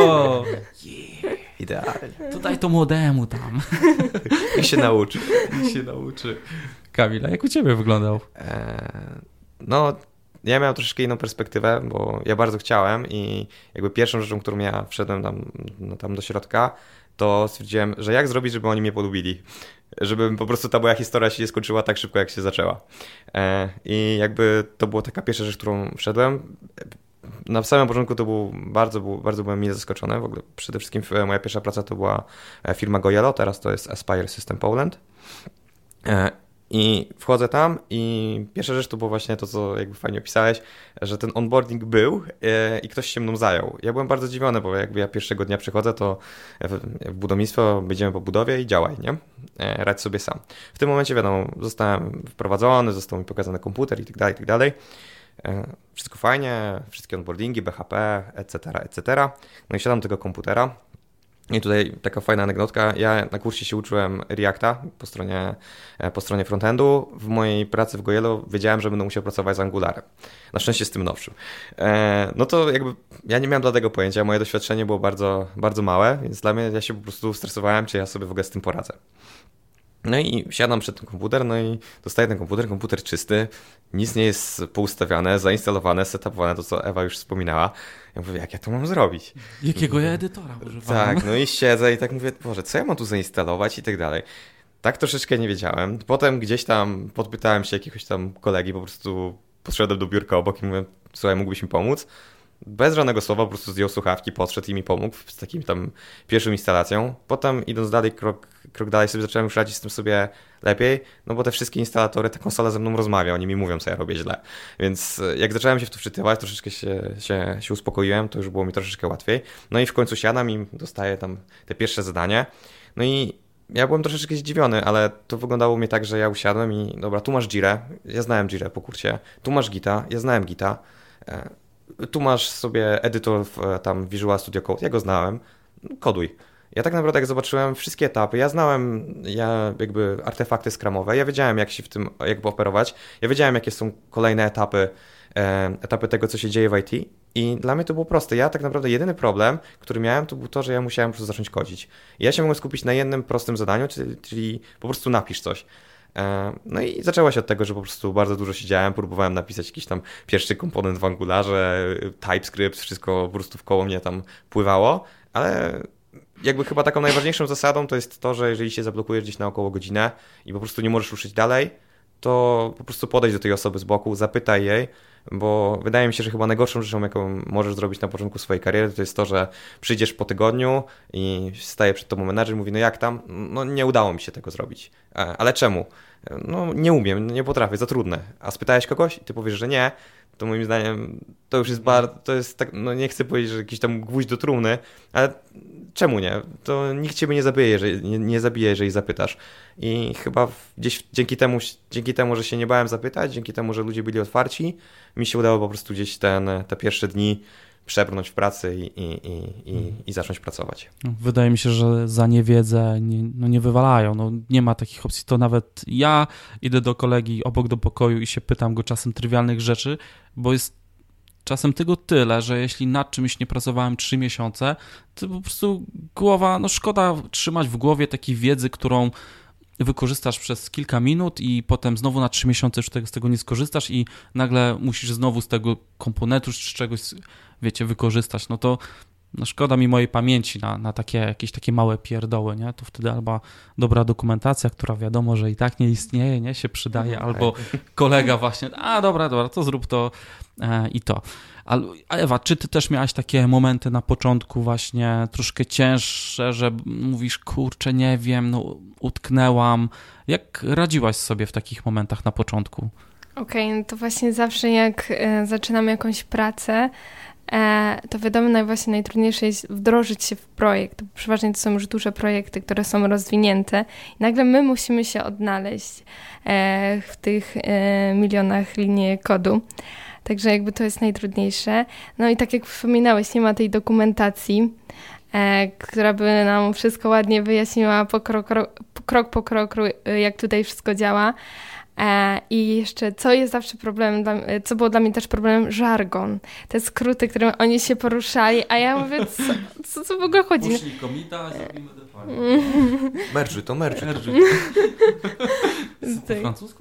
S3: Idealnie.
S1: To daj to młodemu tam.
S3: I się nauczy.
S1: Kamila, jak u ciebie wyglądał?
S3: No, ja miałem troszeczkę inną perspektywę, bo ja bardzo chciałem i jakby pierwszą rzeczą, którą ja wszedłem tam do środka, to stwierdziłem, że jak zrobić, żeby oni mnie polubili. Żeby po prostu ta moja historia się nie skończyła tak szybko, jak się zaczęła. I jakby to była taka pierwsza rzecz, którą wszedłem. Na samym początku to bardzo byłem mile zaskoczony. W ogóle przede wszystkim moja pierwsza praca to była firma Gojello, teraz to jest Aspire System Poland. I wchodzę tam i pierwsza rzecz to było właśnie to, co jakby fajnie opisałeś, że ten onboarding był i ktoś się mną zajął. Ja byłem bardzo zdziwiony, bo jakby ja pierwszego dnia przychodzę, to w budownictwo będziemy po budowie i działaj, nie? Radź sobie sam. W tym momencie wiadomo, zostałem wprowadzony, został mi pokazany komputer i tak dalej. Wszystko fajnie, wszystkie onboardingi, BHP, etc. No i siadam do tego komputera. I tutaj taka fajna anegdotka. Ja na kursie się uczyłem Reacta po stronie frontendu. W mojej pracy w Gojello wiedziałem, że będę musiał pracować z Angularem. Na szczęście z tym nowszym. No to jakby ja nie miałem dla tego pojęcia. Moje doświadczenie było bardzo, bardzo małe, więc dla mnie ja się po prostu stresowałem, czy ja sobie w ogóle z tym poradzę. No i siadam przed ten komputer, no i dostaję ten komputer czysty, nic nie jest poustawiane, zainstalowane, setupowane, to co Ewa już wspominała. Ja mówię, jak ja to mam zrobić?
S1: Jakiego ja edytora używam?
S3: Tak, no i siedzę i tak mówię, Boże, co ja mam tu zainstalować i tak dalej. Tak troszeczkę nie wiedziałem. Potem gdzieś tam podpytałem się jakiegoś tam kolegi, po prostu podszedłem do biurka obok i mówię, słuchaj, mógłbyś mi pomóc? Bez żadnego słowa po prostu zdjął słuchawki, podszedł i mi pomógł z takim tam pierwszą instalacją. Potem idąc dalej, krok dalej sobie zacząłem już radzić z tym sobie lepiej, no bo te wszystkie instalatory, ta konsola ze mną rozmawia, oni mi mówią, co ja robię źle. Więc jak zacząłem się w to wczytywać, troszeczkę się uspokoiłem, to już było mi troszeczkę łatwiej. No i w końcu siadam i dostaję tam te pierwsze zadanie. No i ja byłem troszeczkę zdziwiony, ale to wyglądało u mnie tak, że ja usiadłem i dobra, tu masz Jirę, ja znałem Jirę po kursie, tu masz Gita, ja znałem Gita, tu masz sobie edytor tam Visual Studio Code, ja go znałem, koduj. Ja tak naprawdę jak zobaczyłem wszystkie etapy, ja jakby artefakty scrumowe, ja wiedziałem jak się w tym jakby operować, ja wiedziałem jakie są kolejne etapy tego, co się dzieje w IT i dla mnie to było proste. Ja tak naprawdę jedyny problem, który miałem, to był to, że ja musiałem po prostu zacząć kodzić. I ja się mogłem skupić na jednym prostym zadaniu, czyli po prostu napisz coś. No i zaczęło się od tego, że po prostu bardzo dużo siedziałem, próbowałem napisać jakiś tam pierwszy komponent w Angularze, TypeScript, wszystko po prostu wkoło mnie tam pływało, ale jakby chyba taką najważniejszą zasadą to jest to, że jeżeli się zablokujesz gdzieś na około godzinę i po prostu nie możesz ruszyć dalej, to po prostu podejdź do tej osoby z boku, zapytaj jej, bo wydaje mi się, że chyba najgorszą rzeczą, jaką możesz zrobić na początku swojej kariery, to jest to, że przyjdziesz po tygodniu i staje przed tobą menadżer i mówi, no jak tam? No nie udało mi się tego zrobić. Ale czemu? No nie umiem, nie potrafię, za trudne. A spytałeś kogoś i ty powiesz, że nie, to moim zdaniem to już jest to jest tak, no nie chcę powiedzieć, że jakiś tam gwóźdź do trumny, ale czemu nie? To nikt ciebie nie zabije, nie zabije, jeżeli zapytasz. I chyba gdzieś dzięki temu, że się nie bałem zapytać, dzięki temu, że ludzie byli otwarci, mi się udało po prostu gdzieś te pierwsze dni przebrnąć w pracy i zacząć pracować.
S1: Wydaje mi się, że za niewiedzę nie wywalają. No, nie ma takich opcji. To nawet ja idę do kolegi obok do pokoju i się pytam go czasem trywialnych rzeczy, bo jest czasem tego tyle, że jeśli nad czymś nie pracowałem 3 miesiące, to po prostu głowa, no szkoda trzymać w głowie takiej wiedzy, którą wykorzystasz przez kilka minut i potem znowu na 3 miesiące już z tego nie skorzystasz i nagle musisz znowu z tego komponentu czy czegoś, wiecie, wykorzystać. No to szkoda mi mojej pamięci na jakieś takie małe pierdoły, nie? To wtedy albo dobra dokumentacja, która wiadomo, że i tak nie istnieje, nie? Się przydaje, albo kolega właśnie, dobra, to zrób to i to. A Ewa, czy ty też miałaś takie momenty na początku właśnie troszkę cięższe, że mówisz, kurczę, nie wiem, no utknęłam. Jak radziłaś sobie w takich momentach na początku?
S2: Okej, no to właśnie zawsze jak zaczynamy jakąś pracę, to wiadomo, najtrudniejsze jest wdrożyć się w projekt. Przeważnie to są już duże projekty, które są rozwinięte. I nagle my musimy się odnaleźć w tych milionach linii kodu. Także jakby to jest najtrudniejsze. No i tak jak wspominałeś, nie ma tej dokumentacji, która by nam wszystko ładnie wyjaśniła krok po kroku, jak tutaj wszystko działa. I jeszcze, co jest zawsze problemem, co było dla mnie też problemem, żargon. Te skróty, którym oni się poruszali, a ja mówię, co w ogóle chodzi?
S1: Puszcznik komita, zrobimy define.
S3: Merge to.
S1: Po francusku?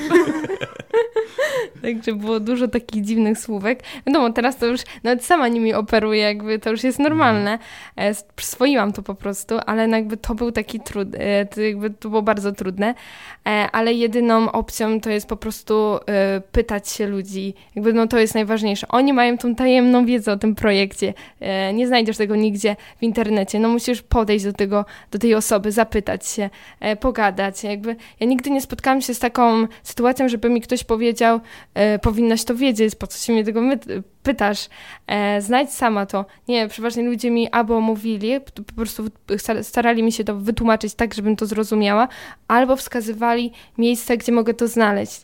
S2: Także było dużo takich dziwnych słówek. Wiadomo, teraz to już nawet sama nimi operuję, jakby to już jest normalne. Przyswoiłam to po prostu, ale jakby to był taki to było bardzo trudne. Ale jedyną opcją to jest po prostu pytać się ludzi. Jakby no to jest najważniejsze. Oni mają tą tajemną wiedzę o tym projekcie. Nie znajdziesz tego nigdzie w internecie. No musisz podejść do tej osoby, zapytać się, pogadać. Jakby ja nigdy nie spotkałam się z taką sytuacją, żeby mi ktoś powiedział, powinnaś to wiedzieć, po co się mnie tego pytasz, znajdź sama to. Nie, przeważnie ludzie mi albo mówili, po prostu starali mi się to wytłumaczyć tak, żebym to zrozumiała, albo wskazywali miejsce, gdzie mogę to znaleźć.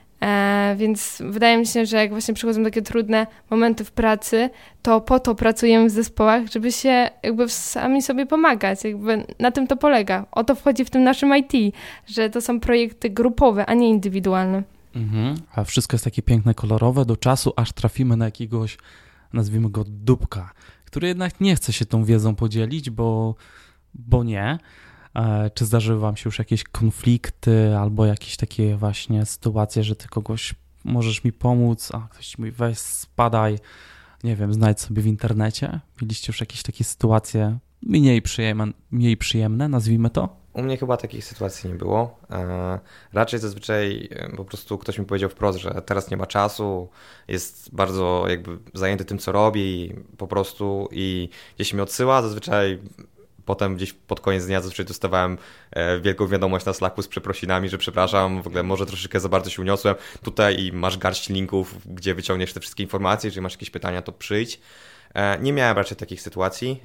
S2: Więc wydaje mi się, że jak właśnie przychodzą takie trudne momenty w pracy, to po to pracujemy w zespołach, żeby się jakby sami sobie pomagać. Jakby na tym to polega. O to wchodzi w tym naszym IT, że to są projekty grupowe, a nie indywidualne.
S1: A wszystko jest takie piękne, kolorowe do czasu, aż trafimy na jakiegoś, nazwijmy go, dupka, który jednak nie chce się tą wiedzą podzielić, bo nie. Czy zdarzyły wam się już jakieś konflikty albo jakieś takie właśnie sytuacje, że ty kogoś możesz mi pomóc, a ktoś ci mówi weź spadaj, nie wiem, znajdź sobie w internecie? Mieliście już jakieś takie sytuacje mniej przyjemne, nazwijmy to?
S3: U mnie chyba takich sytuacji nie było. Raczej zazwyczaj po prostu ktoś mi powiedział wprost, że teraz nie ma czasu, jest bardzo jakby zajęty tym, co robi po prostu i gdzieś mnie odsyła. Zazwyczaj potem gdzieś pod koniec dnia zazwyczaj dostawałem wielką wiadomość na Slacku z przeprosinami, że przepraszam, w ogóle może troszeczkę za bardzo się uniosłem. Tutaj i masz garść linków, gdzie wyciągniesz te wszystkie informacje, jeżeli masz jakieś pytania, to przyjdź. Nie miałem raczej takich sytuacji.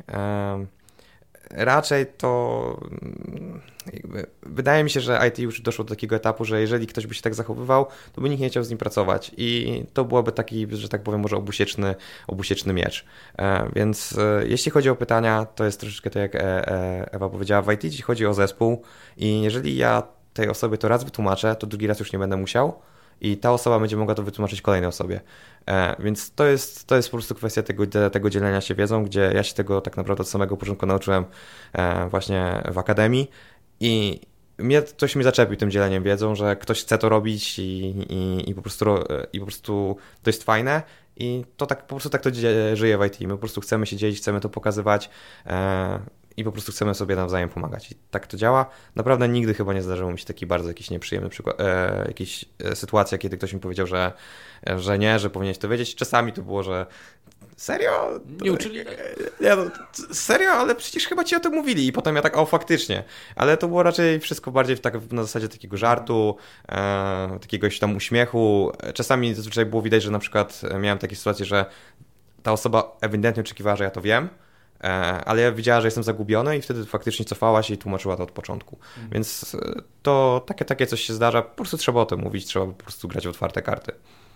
S3: Raczej to jakby, wydaje mi się, że IT już doszło do takiego etapu, że jeżeli ktoś by się tak zachowywał, to by nikt nie chciał z nim pracować i to byłoby taki, że tak powiem, może obusieczny miecz. Więc jeśli chodzi o pytania, to jest troszeczkę tak jak Ewa powiedziała, w IT jeśli chodzi o zespół i jeżeli ja tej osobie to raz wytłumaczę, to drugi raz już nie będę musiał i ta osoba będzie mogła to wytłumaczyć kolejnej osobie. Więc to jest po prostu kwestia tego dzielenia się wiedzą, gdzie ja się tego tak naprawdę od samego początku nauczyłem właśnie w akademii i ktoś mnie zaczepił tym dzieleniem wiedzą, że ktoś chce to robić i po prostu to jest fajne i to tak po prostu tak to żyje w IT. My po prostu chcemy się dzielić, chcemy to pokazywać i po prostu chcemy sobie nawzajem pomagać. I tak to działa. Naprawdę nigdy chyba nie zdarzyło mi się taki bardzo jakiś nieprzyjemny przykład, jakaś sytuacja, kiedy ktoś mi powiedział, że nie, że powinieneś to wiedzieć. Czasami to było, że serio?
S1: Nie uczyli?
S3: Nie, no, serio? Ale przecież chyba ci o tym mówili. I potem ja tak, faktycznie. Ale to było raczej wszystko bardziej na zasadzie takiego żartu, jakiegoś tam uśmiechu. Czasami zazwyczaj było widać, że na przykład miałem takie sytuacje, że ta osoba ewidentnie oczekiwała, że ja to wiem, ale ja widziała, że jestem zagubiony i wtedy faktycznie cofała się i tłumaczyła to od początku. Więc to takie coś się zdarza. Po prostu trzeba o tym mówić, trzeba po prostu grać w otwarte karty.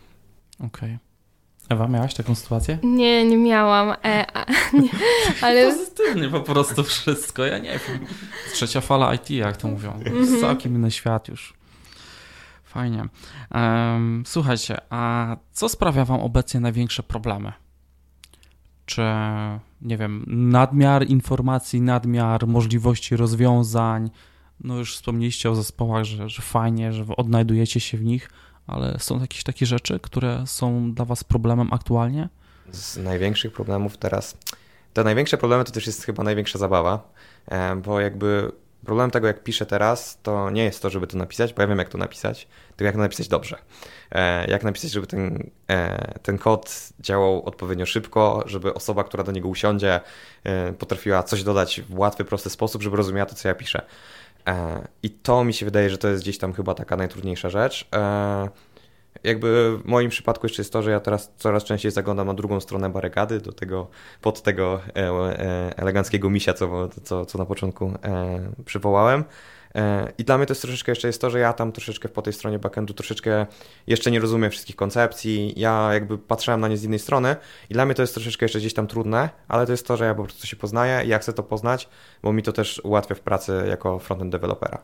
S1: Okej. Ewa, miałaś taką sytuację?
S2: Nie miałam, nie, ale...
S1: Pozytywnie po prostu wszystko, ja nie wiem. Trzecia fala IT, jak to mówią. Jest całkiem inny świat już. Fajnie. Słuchajcie, a co sprawia wam obecnie największe problemy? Czy, nie wiem, nadmiar informacji, nadmiar możliwości rozwiązań? No już wspomnieliście o zespołach, że fajnie, że odnajdujecie się w nich, ale są jakieś takie rzeczy, które są dla was problemem aktualnie?
S3: Z największych problemów teraz, te największe problemy to też jest chyba największa zabawa, bo jakby problem tego, jak piszę teraz, to nie jest to, żeby to napisać, bo ja wiem, jak to napisać, tylko jak to napisać dobrze. Jak napisać, żeby ten kod działał odpowiednio szybko, żeby osoba, która do niego usiądzie, potrafiła coś dodać w łatwy, prosty sposób, żeby rozumiała to, co ja piszę. I to mi się wydaje, że to jest gdzieś tam chyba taka najtrudniejsza rzecz. Jakby w moim przypadku jeszcze jest to, że ja teraz coraz częściej zaglądam na drugą stronę barykady, pod tego eleganckiego misia, co na początku przywołałem. I dla mnie to jest troszeczkę jeszcze jest to, że ja tam troszeczkę po tej stronie backendu troszeczkę jeszcze nie rozumiem wszystkich koncepcji. Ja jakby patrzyłem na nie z innej strony i dla mnie to jest troszeczkę jeszcze gdzieś tam trudne, ale to jest to, że ja po prostu się poznaję i ja chcę to poznać, bo mi to też ułatwia w pracy jako frontend dewelopera.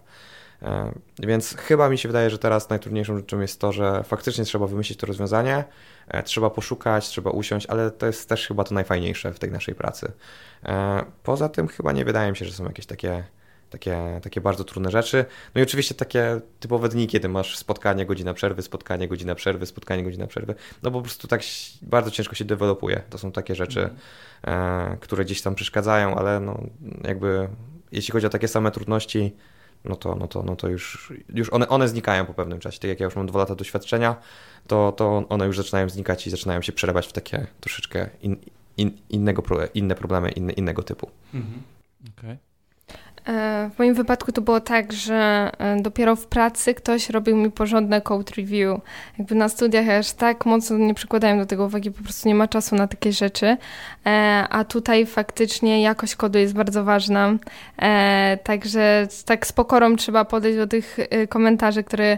S3: Więc chyba mi się wydaje, że teraz najtrudniejszą rzeczą jest to, że faktycznie trzeba wymyślić to rozwiązanie, trzeba poszukać, trzeba usiąść, ale to jest też chyba to najfajniejsze w tej naszej pracy. Poza tym chyba nie wydaje mi się, że są jakieś takie bardzo trudne rzeczy. No i oczywiście takie typowe dni, kiedy masz spotkanie, godzina przerwy, spotkanie, godzina przerwy, spotkanie, godzina przerwy. No po prostu tak bardzo ciężko się dewelopuje. To są takie rzeczy, które gdzieś tam przeszkadzają, ale no jakby jeśli chodzi o takie same trudności, no to już one znikają po pewnym czasie. Tak jak ja już mam 2 lata doświadczenia, to one już zaczynają znikać i zaczynają się przelewać w takie troszeczkę inne problemy, innego typu.
S1: Okej.
S2: W moim wypadku to było tak, że dopiero w pracy ktoś robił mi porządne code review. Jakby na studiach aż tak mocno nie przykładałem do tego uwagi, po prostu nie ma czasu na takie rzeczy. A tutaj faktycznie jakość kodu jest bardzo ważna. Także tak z pokorą trzeba podejść do tych komentarzy, które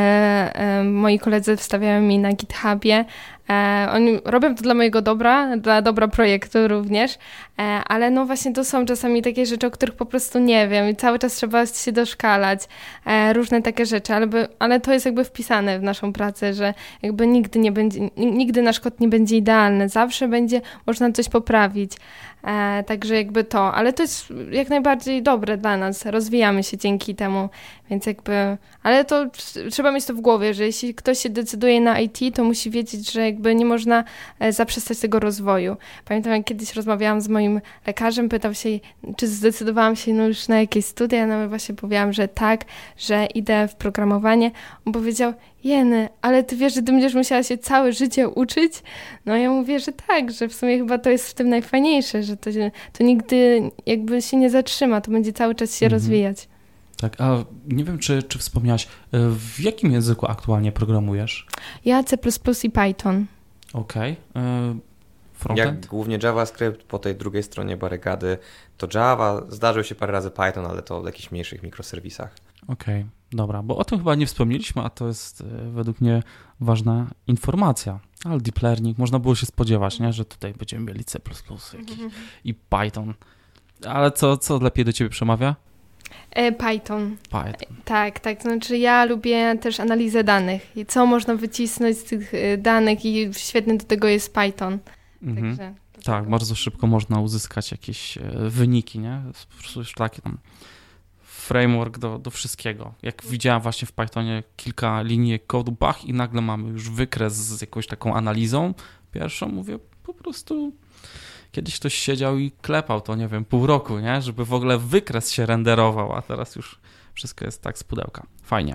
S2: moi koledzy wstawiają mi na GitHubie. Oni robią to dla mojego dobra, dla dobra projektu również, ale no właśnie to są czasami takie rzeczy, o których po prostu nie wiem i cały czas trzeba się doszkalać, różne takie rzeczy, ale to jest jakby wpisane w naszą pracę, że jakby nigdy nasz kod nie będzie idealny, zawsze będzie można coś poprawić. Także jakby to, ale to jest jak najbardziej dobre dla nas, rozwijamy się dzięki temu, więc jakby, ale to trzeba mieć to w głowie, że jeśli ktoś się decyduje na IT, to musi wiedzieć, że jakby nie można zaprzestać tego rozwoju. Pamiętam, jak kiedyś rozmawiałam z moim lekarzem, pytał się, czy zdecydowałam się już na jakieś studia, no właśnie powiedziałam, że tak, że idę w programowanie. On powiedział, Jeny, ale ty wiesz, że ty będziesz musiała się całe życie uczyć? No ja mówię, że tak, że w sumie chyba to jest w tym najfajniejsze, że to nigdy jakby się nie zatrzyma, to będzie cały czas się rozwijać.
S1: Tak, a nie wiem, czy wspomniałaś, w jakim języku aktualnie programujesz?
S2: Ja C++ i Python.
S1: Okej. Frontend?
S3: Jak głównie JavaScript, po tej drugiej stronie barykady to Java, zdarzył się parę razy Python, ale to w jakichś mniejszych mikroserwisach.
S1: Okej, dobra, bo o tym chyba nie wspomnieliśmy, a to jest według mnie ważna informacja. Ale deep learning, można było się spodziewać, nie? Że tutaj będziemy mieli C++ i Python. Ale co lepiej do ciebie przemawia?
S2: Python. Tak, znaczy ja lubię też analizę danych i co można wycisnąć z tych danych i świetny do tego jest Python. Także
S1: tak, bardzo szybko można uzyskać jakieś wyniki, nie? Po prostu już taki tam framework do wszystkiego. Jak widziałem właśnie w Pythonie kilka linijek kodu, i nagle mamy już wykres z jakąś taką analizą pierwszą, mówię po prostu kiedyś ktoś siedział i klepał to, nie wiem, pół roku, nie? Żeby w ogóle wykres się renderował, a teraz już wszystko jest tak z pudełka. Fajnie.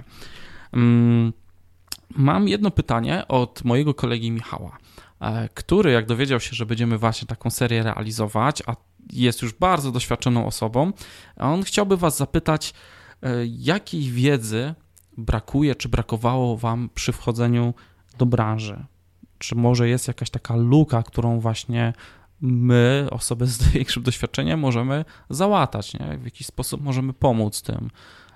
S1: Mam jedno pytanie od mojego kolegi Michała, który jak dowiedział się, że będziemy właśnie taką serię realizować, a jest już bardzo doświadczoną osobą, on chciałby was zapytać, jakiej wiedzy brakuje, czy brakowało wam przy wchodzeniu do branży? Czy może jest jakaś taka luka, którą właśnie my, osoby z większym doświadczeniem, możemy załatać, nie? W jakiś sposób możemy pomóc tym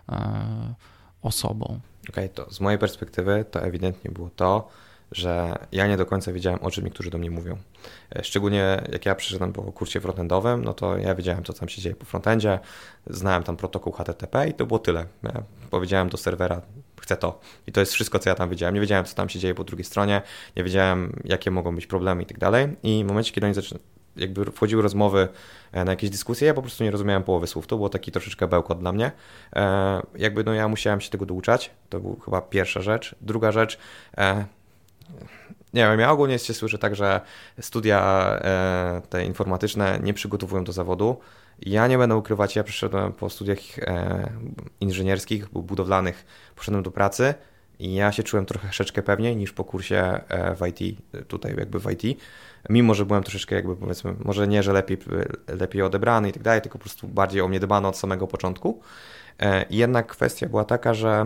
S1: osobom?
S3: Okej, to z mojej perspektywy to ewidentnie było to, że ja nie do końca wiedziałem, o czym niektórzy do mnie mówią. Szczególnie jak ja przyszedłem po kursie frontendowym, no to ja wiedziałem, co tam się dzieje po frontendzie, znałem tam protokół HTTP i to było tyle. Ja powiedziałem do serwera, chcę to. I to jest wszystko, co ja tam wiedziałem. Nie wiedziałem, co tam się dzieje po drugiej stronie, nie wiedziałem, jakie mogą być problemy i tak dalej. I w momencie, kiedy oni jakby wchodziły rozmowy na jakieś dyskusje, ja po prostu nie rozumiałem połowy słów. To było taki troszeczkę bełkot dla mnie. Jakby no ja musiałem się tego douczać. To była chyba pierwsza rzecz. Druga rzecz, nie wiem, ja ogólnie się słyszę tak, że studia te informatyczne nie przygotowują do zawodu. Ja nie będę ukrywać, ja przyszedłem po studiach inżynierskich, budowlanych, poszedłem do pracy i ja się czułem troszeczkę pewniej niż po kursie w IT, tutaj jakby w IT, mimo że byłem troszeczkę jakby powiedzmy, może nie, że lepiej odebrany i tak dalej, tylko po prostu bardziej o mnie dbano od samego początku. I jednak kwestia była taka, że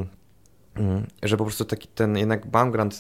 S3: po prostu taki ten jednak background,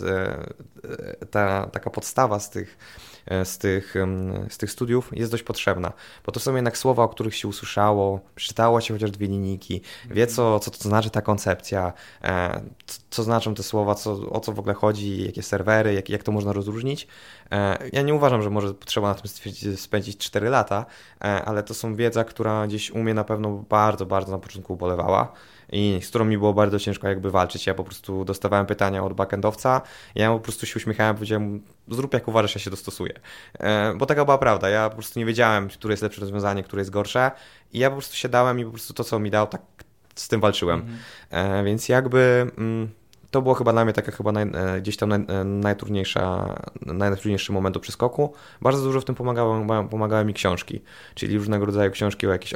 S3: taka podstawa z tych studiów jest dość potrzebna, bo to są jednak słowa, o których się usłyszało, przeczytało się chociaż 2 linijki, wie co to znaczy ta koncepcja, co znaczą te słowa, o co w ogóle chodzi, jakie serwery, jak to można rozróżnić. Ja nie uważam, że może trzeba na tym spędzić 4 lata, ale to są wiedza, która gdzieś u mnie na pewno bardzo, bardzo na początku ubolewała i z którą mi było bardzo ciężko jakby walczyć. Ja po prostu dostawałem pytania od backendowca, ja po prostu się uśmiechałem, powiedziałem, zrób jak uważasz, ja się dostosuję. Bo taka była prawda, ja po prostu nie wiedziałem, które jest lepsze rozwiązanie, które jest gorsze i ja po prostu siadałem i po prostu to, co mi dał, tak z tym walczyłem. Więc jakby to było chyba dla mnie taka gdzieś tam najtrudniejszy moment do przeskoku. Bardzo dużo w tym pomagały mi książki, czyli różnego rodzaju książki o jakichś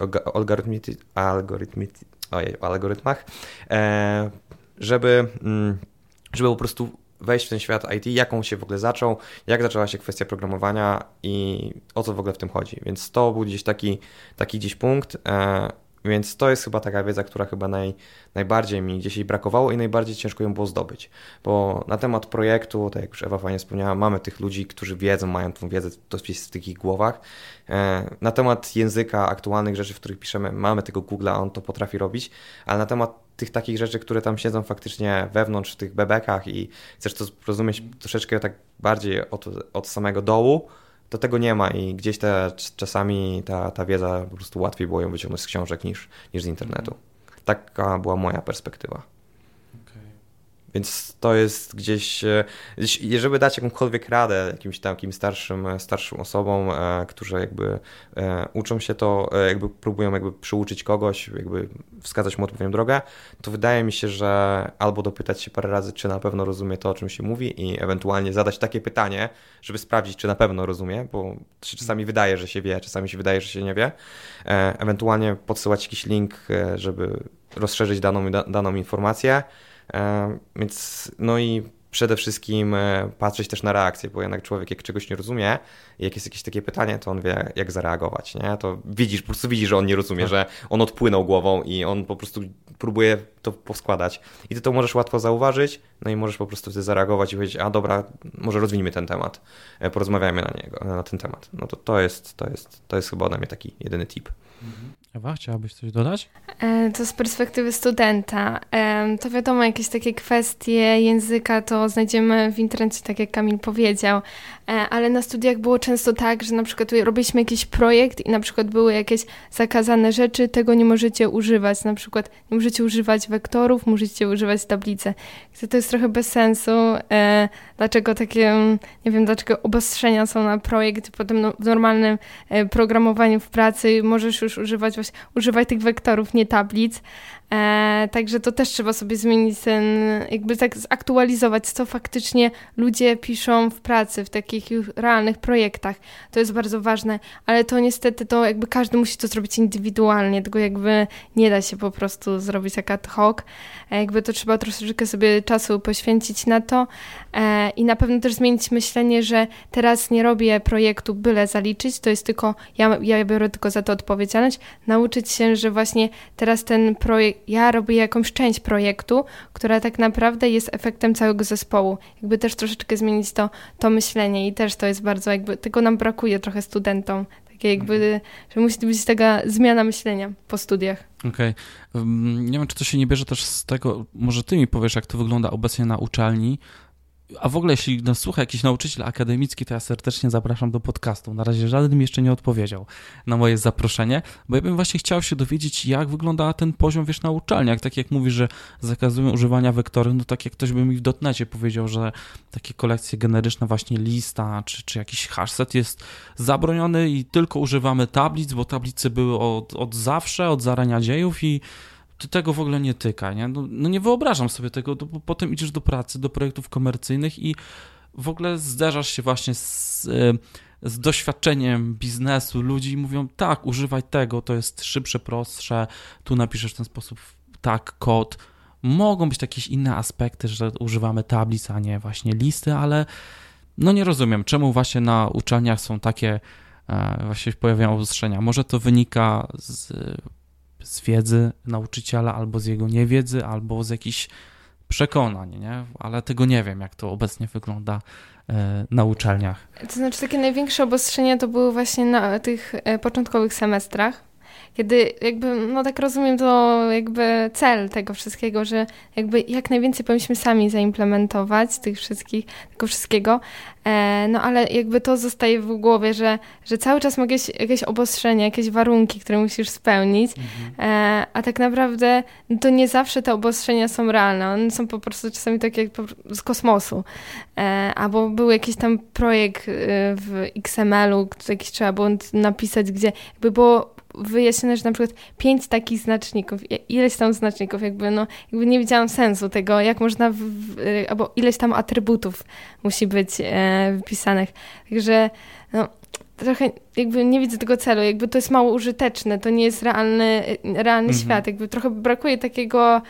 S3: algorytmach, żeby po prostu wejść w ten świat IT, jak on się w ogóle zaczął, jak zaczęła się kwestia programowania i o co w ogóle w tym chodzi. Więc to był gdzieś taki gdzieś punkt, więc to jest chyba taka wiedza, która chyba najbardziej mi gdzieś jej brakowało i najbardziej ciężko ją było zdobyć. Bo na temat projektu, tak jak już Ewa fajnie wspomniała, mamy tych ludzi, którzy mają tą wiedzę w tych ich głowach. Na temat języka, aktualnych rzeczy, w których piszemy, mamy tego Google'a, on to potrafi robić, ale na temat tych takich rzeczy, które tam siedzą faktycznie wewnątrz w tych bebekach i chcesz to zrozumieć troszeczkę tak bardziej od samego dołu, to tego nie ma i gdzieś czasami ta wiedza po prostu łatwiej było ją wyciągnąć z książek niż z internetu. Taka była moja perspektywa. Więc to jest gdzieś, żeby dać jakąkolwiek radę jakimś takim starszym osobom, którzy jakby uczą się to, jakby próbują jakby przyuczyć kogoś, jakby wskazać mu odpowiednią drogę, to wydaje mi się, że albo dopytać się parę razy, czy na pewno rozumie to, o czym się mówi i ewentualnie zadać takie pytanie, żeby sprawdzić, czy na pewno rozumie, bo się czasami wydaje, że się wie, czasami się wydaje, że się nie wie. Ewentualnie podsyłać jakiś link, żeby rozszerzyć daną informację. Więc no i przede wszystkim patrzeć też na reakcję, bo jednak człowiek jak czegoś nie rozumie, jak jest jakieś takie pytanie, to on wie jak zareagować, nie? To po prostu widzisz, że on nie rozumie, że on odpłynął głową i on po prostu próbuje to poskładać. I ty to możesz łatwo zauważyć, no i możesz po prostu wtedy zareagować i powiedzieć, a dobra, może rozwiniemy ten temat, porozmawiajmy na ten temat. No to jest chyba ode mnie taki jedyny tip.
S1: Ewa, chciałabyś coś dodać?
S2: To z perspektywy studenta. To wiadomo, jakieś takie kwestie języka to znajdziemy w internecie, tak jak Kamil powiedział, ale na studiach było często tak, że na przykład robiliśmy jakiś projekt i na przykład były jakieś zakazane rzeczy, tego nie możecie używać, na przykład nie możecie używać wektorów, musicie używać tablicy. To jest trochę bez sensu, dlaczego takie, nie wiem, dlaczego obostrzenia są na projekt, potem w normalnym programowaniu w pracy możesz już używać tych wektorów, nie tablic. Także to też trzeba sobie zmienić jakby tak zaktualizować, co faktycznie ludzie piszą w pracy, w takich już realnych projektach. To jest bardzo ważne, ale to niestety to jakby każdy musi to zrobić indywidualnie, tego jakby nie da się po prostu zrobić jak ad hoc. Jakby to trzeba troszeczkę sobie czasu poświęcić na to i na pewno też zmienić myślenie, że teraz nie robię projektu byle zaliczyć, to jest tylko, ja biorę tylko za to odpowiedzialność, nauczyć się, że właśnie teraz ten projekt, ja robię jakąś część projektu, która tak naprawdę jest efektem całego zespołu. Jakby też troszeczkę zmienić to myślenie i też to jest bardzo jakby, tego nam brakuje trochę studentom, takie jakby, że musi być taka zmiana myślenia po studiach.
S1: Okej. Nie wiem, czy to się nie bierze też z tego, może ty mi powiesz, jak to wygląda obecnie na uczelni, a w ogóle jeśli nas słucha jakiś nauczyciel akademicki, to ja serdecznie zapraszam do podcastu. Na razie żaden mi jeszcze nie odpowiedział na moje zaproszenie, bo ja bym właśnie chciał się dowiedzieć, jak wygląda ten poziom, wiesz, na uczelniach. Tak jak mówisz, że zakazują używania wektorów, no tak jak ktoś by mi w dotnecie powiedział, że takie kolekcje generyczne, właśnie lista czy jakiś hashset jest zabroniony i tylko używamy tablic, bo tablice były od zawsze, od zarania dziejów i ty tego w ogóle nie tyka, nie? No nie wyobrażam sobie tego, bo potem idziesz do pracy, do projektów komercyjnych i w ogóle zderzasz się właśnie z doświadczeniem biznesu. Ludzi mówią, tak, używaj tego, to jest szybsze, prostsze, tu napiszesz w ten sposób tak kod. Mogą być jakieś inne aspekty, że używamy tablic, a nie właśnie listy, ale no nie rozumiem, czemu właśnie na uczelniach są takie właśnie pojawiają obostrzenia. Może to wynika z wiedzy nauczyciela, albo z jego niewiedzy, albo z jakichś przekonań, nie? Ale tego nie wiem, jak to obecnie wygląda na uczelniach.
S2: To znaczy takie największe obostrzenia to były właśnie na tych początkowych semestrach, kiedy jakby, no tak rozumiem, to jakby cel tego wszystkiego, że jakby jak najwięcej powinniśmy sami zaimplementować tego wszystkiego, no ale jakby to zostaje w głowie, że cały czas mogę jakieś obostrzenia, jakieś warunki, które musisz spełnić, a tak naprawdę to nie zawsze te obostrzenia są realne, one są po prostu czasami takie jak z kosmosu, albo był jakiś tam projekt w XML-u, jakiś trzeba było napisać, gdzie jakby było wyjaśnione, że na przykład 5 takich znaczników, ileś tam znaczników, jakby nie widziałam sensu tego, jak można, albo ileś tam atrybutów musi być wypisanych. Także trochę jakby nie widzę tego celu, jakby to jest mało użyteczne, to nie jest realny świat, jakby trochę brakuje takiego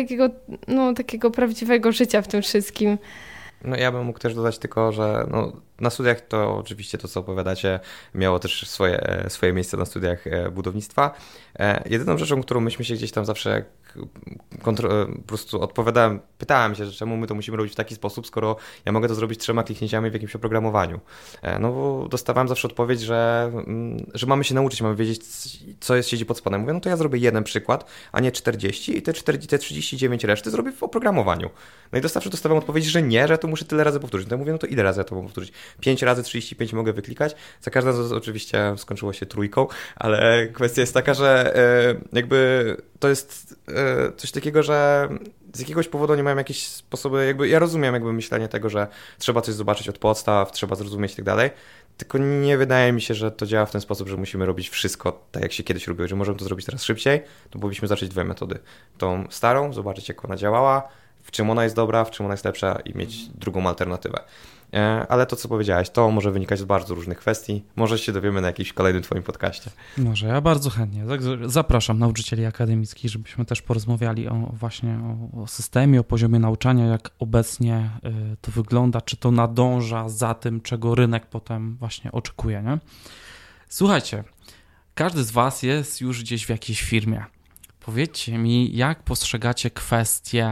S2: prawdziwego życia w tym wszystkim.
S3: No ja bym mógł też dodać tylko, że na studiach to oczywiście to, co opowiadacie, miało też swoje miejsce na studiach budownictwa. Jedyną rzeczą, którą myśmy się gdzieś tam zawsze po prostu pytałem się, że czemu my to musimy robić w taki sposób, skoro ja mogę to zrobić 3 kliknięciami w jakimś oprogramowaniu. No bo dostawałem zawsze odpowiedź, że mamy się nauczyć, mamy wiedzieć, co siedzi pod spodem. Mówię, no to ja zrobię jeden przykład, a nie 40 i te 39 reszty zrobię w oprogramowaniu. No i dostawałem odpowiedź, że nie, że ja to muszę tyle razy powtórzyć. No ja mówię, no to ile razy ja to mogę powtórzyć? 5 razy 35 mogę wyklikać. Za każdym razem oczywiście skończyło się 3, ale kwestia jest taka, że jakby to jest coś takiego, że z jakiegoś powodu nie mają jakieś sposoby, jakby ja rozumiem jakby myślenie tego, że trzeba coś zobaczyć od podstaw, trzeba zrozumieć i tak dalej, tylko nie wydaje mi się, że to działa w ten sposób, że musimy robić wszystko tak, jak się kiedyś robiło, że możemy to zrobić teraz szybciej, to powinniśmy zacząć 2 metody. Tą starą, zobaczyć jak ona działała, w czym ona jest dobra, w czym ona jest lepsza i mieć drugą alternatywę. Ale to, co powiedziałeś, to może wynikać z bardzo różnych kwestii. Może się dowiemy na jakimś kolejnym twoim podcaście.
S1: Może, ja bardzo chętnie. Zapraszam nauczycieli akademickich, żebyśmy też porozmawiali o systemie, o poziomie nauczania, jak obecnie to wygląda, czy to nadąża za tym, czego rynek potem właśnie oczekuje, nie? Słuchajcie, każdy z was jest już gdzieś w jakiejś firmie. Powiedzcie mi, jak postrzegacie kwestie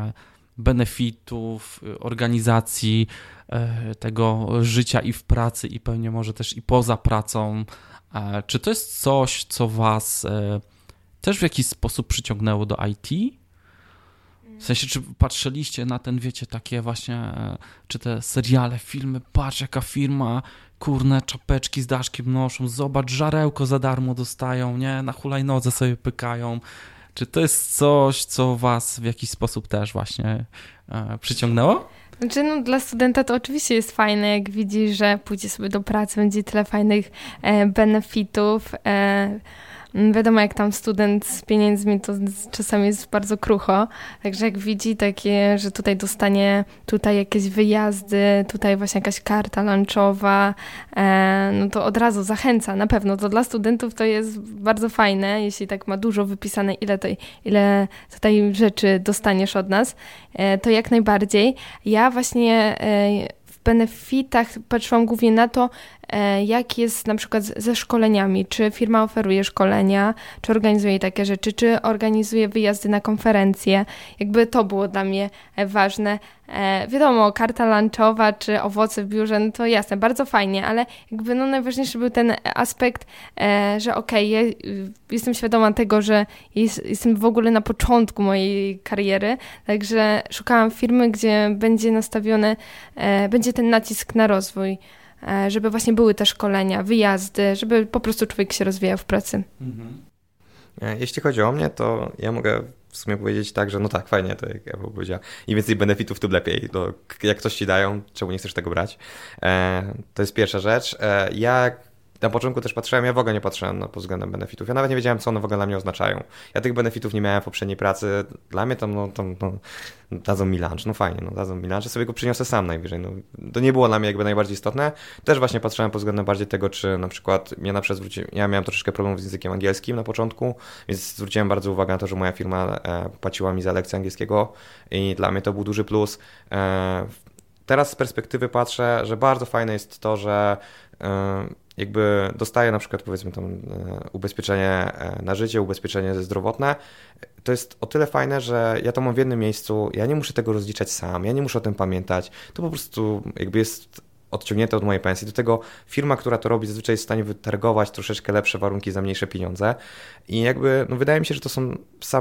S1: benefitów, organizacji tego życia i w pracy, i pewnie może też i poza pracą. Czy to jest coś, co was też w jakiś sposób przyciągnęło do IT? W sensie, czy patrzyliście na ten, wiecie, takie właśnie, czy te seriale, filmy, patrz jaka firma, kurne, czapeczki z daszkiem noszą, zobacz, żarełko za darmo dostają, nie, na hulajnodze sobie pykają. Czy to jest coś, co was w jakiś sposób też właśnie przyciągnęło?
S2: Znaczy, dla studenta to oczywiście jest fajne, jak widzi, że pójdzie sobie do pracy, będzie tyle fajnych benefitów. Wiadomo, jak tam student z pieniędzmi, to czasami jest bardzo krucho. Także jak widzi takie, że tutaj dostanie tutaj jakieś wyjazdy, tutaj właśnie jakaś karta lunchowa, no to od razu zachęca. Na pewno to dla studentów to jest bardzo fajne, jeśli tak ma dużo wypisane, ile tutaj rzeczy dostaniesz od nas, to jak najbardziej. Ja właśnie w benefitach patrzyłam głównie na to, jak jest na przykład ze szkoleniami, czy firma oferuje szkolenia, czy organizuje takie rzeczy, czy organizuje wyjazdy na konferencje. Jakby to było dla mnie ważne. Wiadomo, karta lunchowa, czy owoce w biurze, no to jasne, bardzo fajnie, ale jakby no najważniejszy był ten aspekt, że ja jestem świadoma tego, że jestem w ogóle na początku mojej kariery, także szukałam firmy, gdzie będzie będzie ten nacisk na rozwój, żeby właśnie były te szkolenia, wyjazdy, żeby po prostu człowiek się rozwijał w pracy.
S3: Jeśli chodzi o mnie, to ja mogę w sumie powiedzieć tak, że no tak, fajnie, to jak Ewa powiedziała, im więcej benefitów, tym lepiej. To jak coś ci dają, czemu nie chcesz tego brać? To jest pierwsza rzecz. Ja na początku też patrzyłem, ja w ogóle nie patrzyłem pod względem benefitów. Ja nawet nie wiedziałem, co one w ogóle dla mnie oznaczają. Ja tych benefitów nie miałem w poprzedniej pracy. Dla mnie tam dadzą mi lunch, no fajnie, dadzą mi lunch, ja sobie go przyniosę sam najwyżej. To nie było dla mnie jakby najbardziej istotne. Też właśnie patrzyłem pod względem bardziej tego, czy na przykład ja miałem troszeczkę problemów z językiem angielskim na początku, więc zwróciłem bardzo uwagę na to, że moja firma płaciła mi za lekcję angielskiego i dla mnie to był duży plus. Teraz z perspektywy patrzę, że bardzo fajne jest to, że jakby dostaję na przykład powiedzmy tam ubezpieczenie na życie, ubezpieczenie zdrowotne. To jest o tyle fajne, że ja to mam w jednym miejscu, ja nie muszę tego rozliczać sam, ja nie muszę o tym pamiętać. To po prostu jakby jest odciągnięte od mojej pensji. Do tego firma, która to robi, zazwyczaj jest w stanie wytargować troszeczkę lepsze warunki za mniejsze pieniądze i jakby wydaje mi się, że to są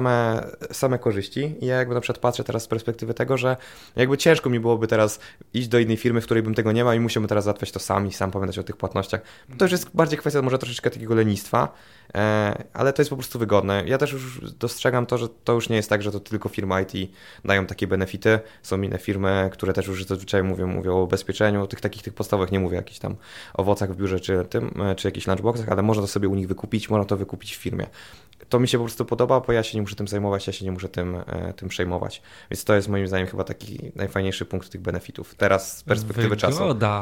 S3: same korzyści i ja jakby na przykład patrzę teraz z perspektywy tego, że jakby ciężko mi byłoby teraz iść do innej firmy, w której bym tego nie ma i musiałbym teraz załatwiać to sam i sam pamiętać o tych płatnościach. To już jest bardziej kwestia może troszeczkę takiego lenistwa, ale to jest po prostu wygodne. Ja też już dostrzegam to, że to już nie jest tak, że to tylko firmy IT dają takie benefity. Są inne firmy, które też już zazwyczaj mówią o ubezpieczeniu, tych podstawowych, nie mówię o jakichś tam owocach w biurze czy jakichś lunchboxach, ale można to sobie u nich wykupić, można to wykupić w firmie. To mi się po prostu podoba, bo ja się nie muszę tym zajmować, ja się nie muszę tym przejmować. Więc to jest moim zdaniem chyba taki najfajniejszy punkt tych benefitów. Teraz z perspektywy czasu.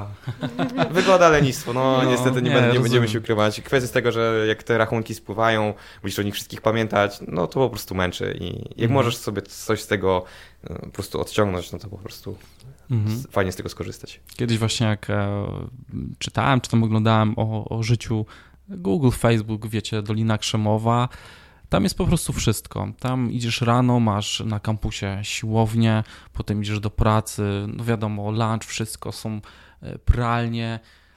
S3: Wygoda, lenistwo. Niestety nie będziemy się ukrywać. Kwestia z tego, że jak te rachunki spływają, musisz o nich wszystkich pamiętać, no to po prostu męczy i jak możesz sobie coś z tego po prostu odciągnąć, no to po prostu fajnie z tego skorzystać.
S1: Kiedyś właśnie jak czytałem, czy tam oglądałem o życiu Google, Facebook, wiecie, Dolina Krzemowa, tam jest po prostu wszystko. Tam idziesz rano, masz na kampusie siłownię, potem idziesz do pracy, no wiadomo, lunch, wszystko, są pralnie,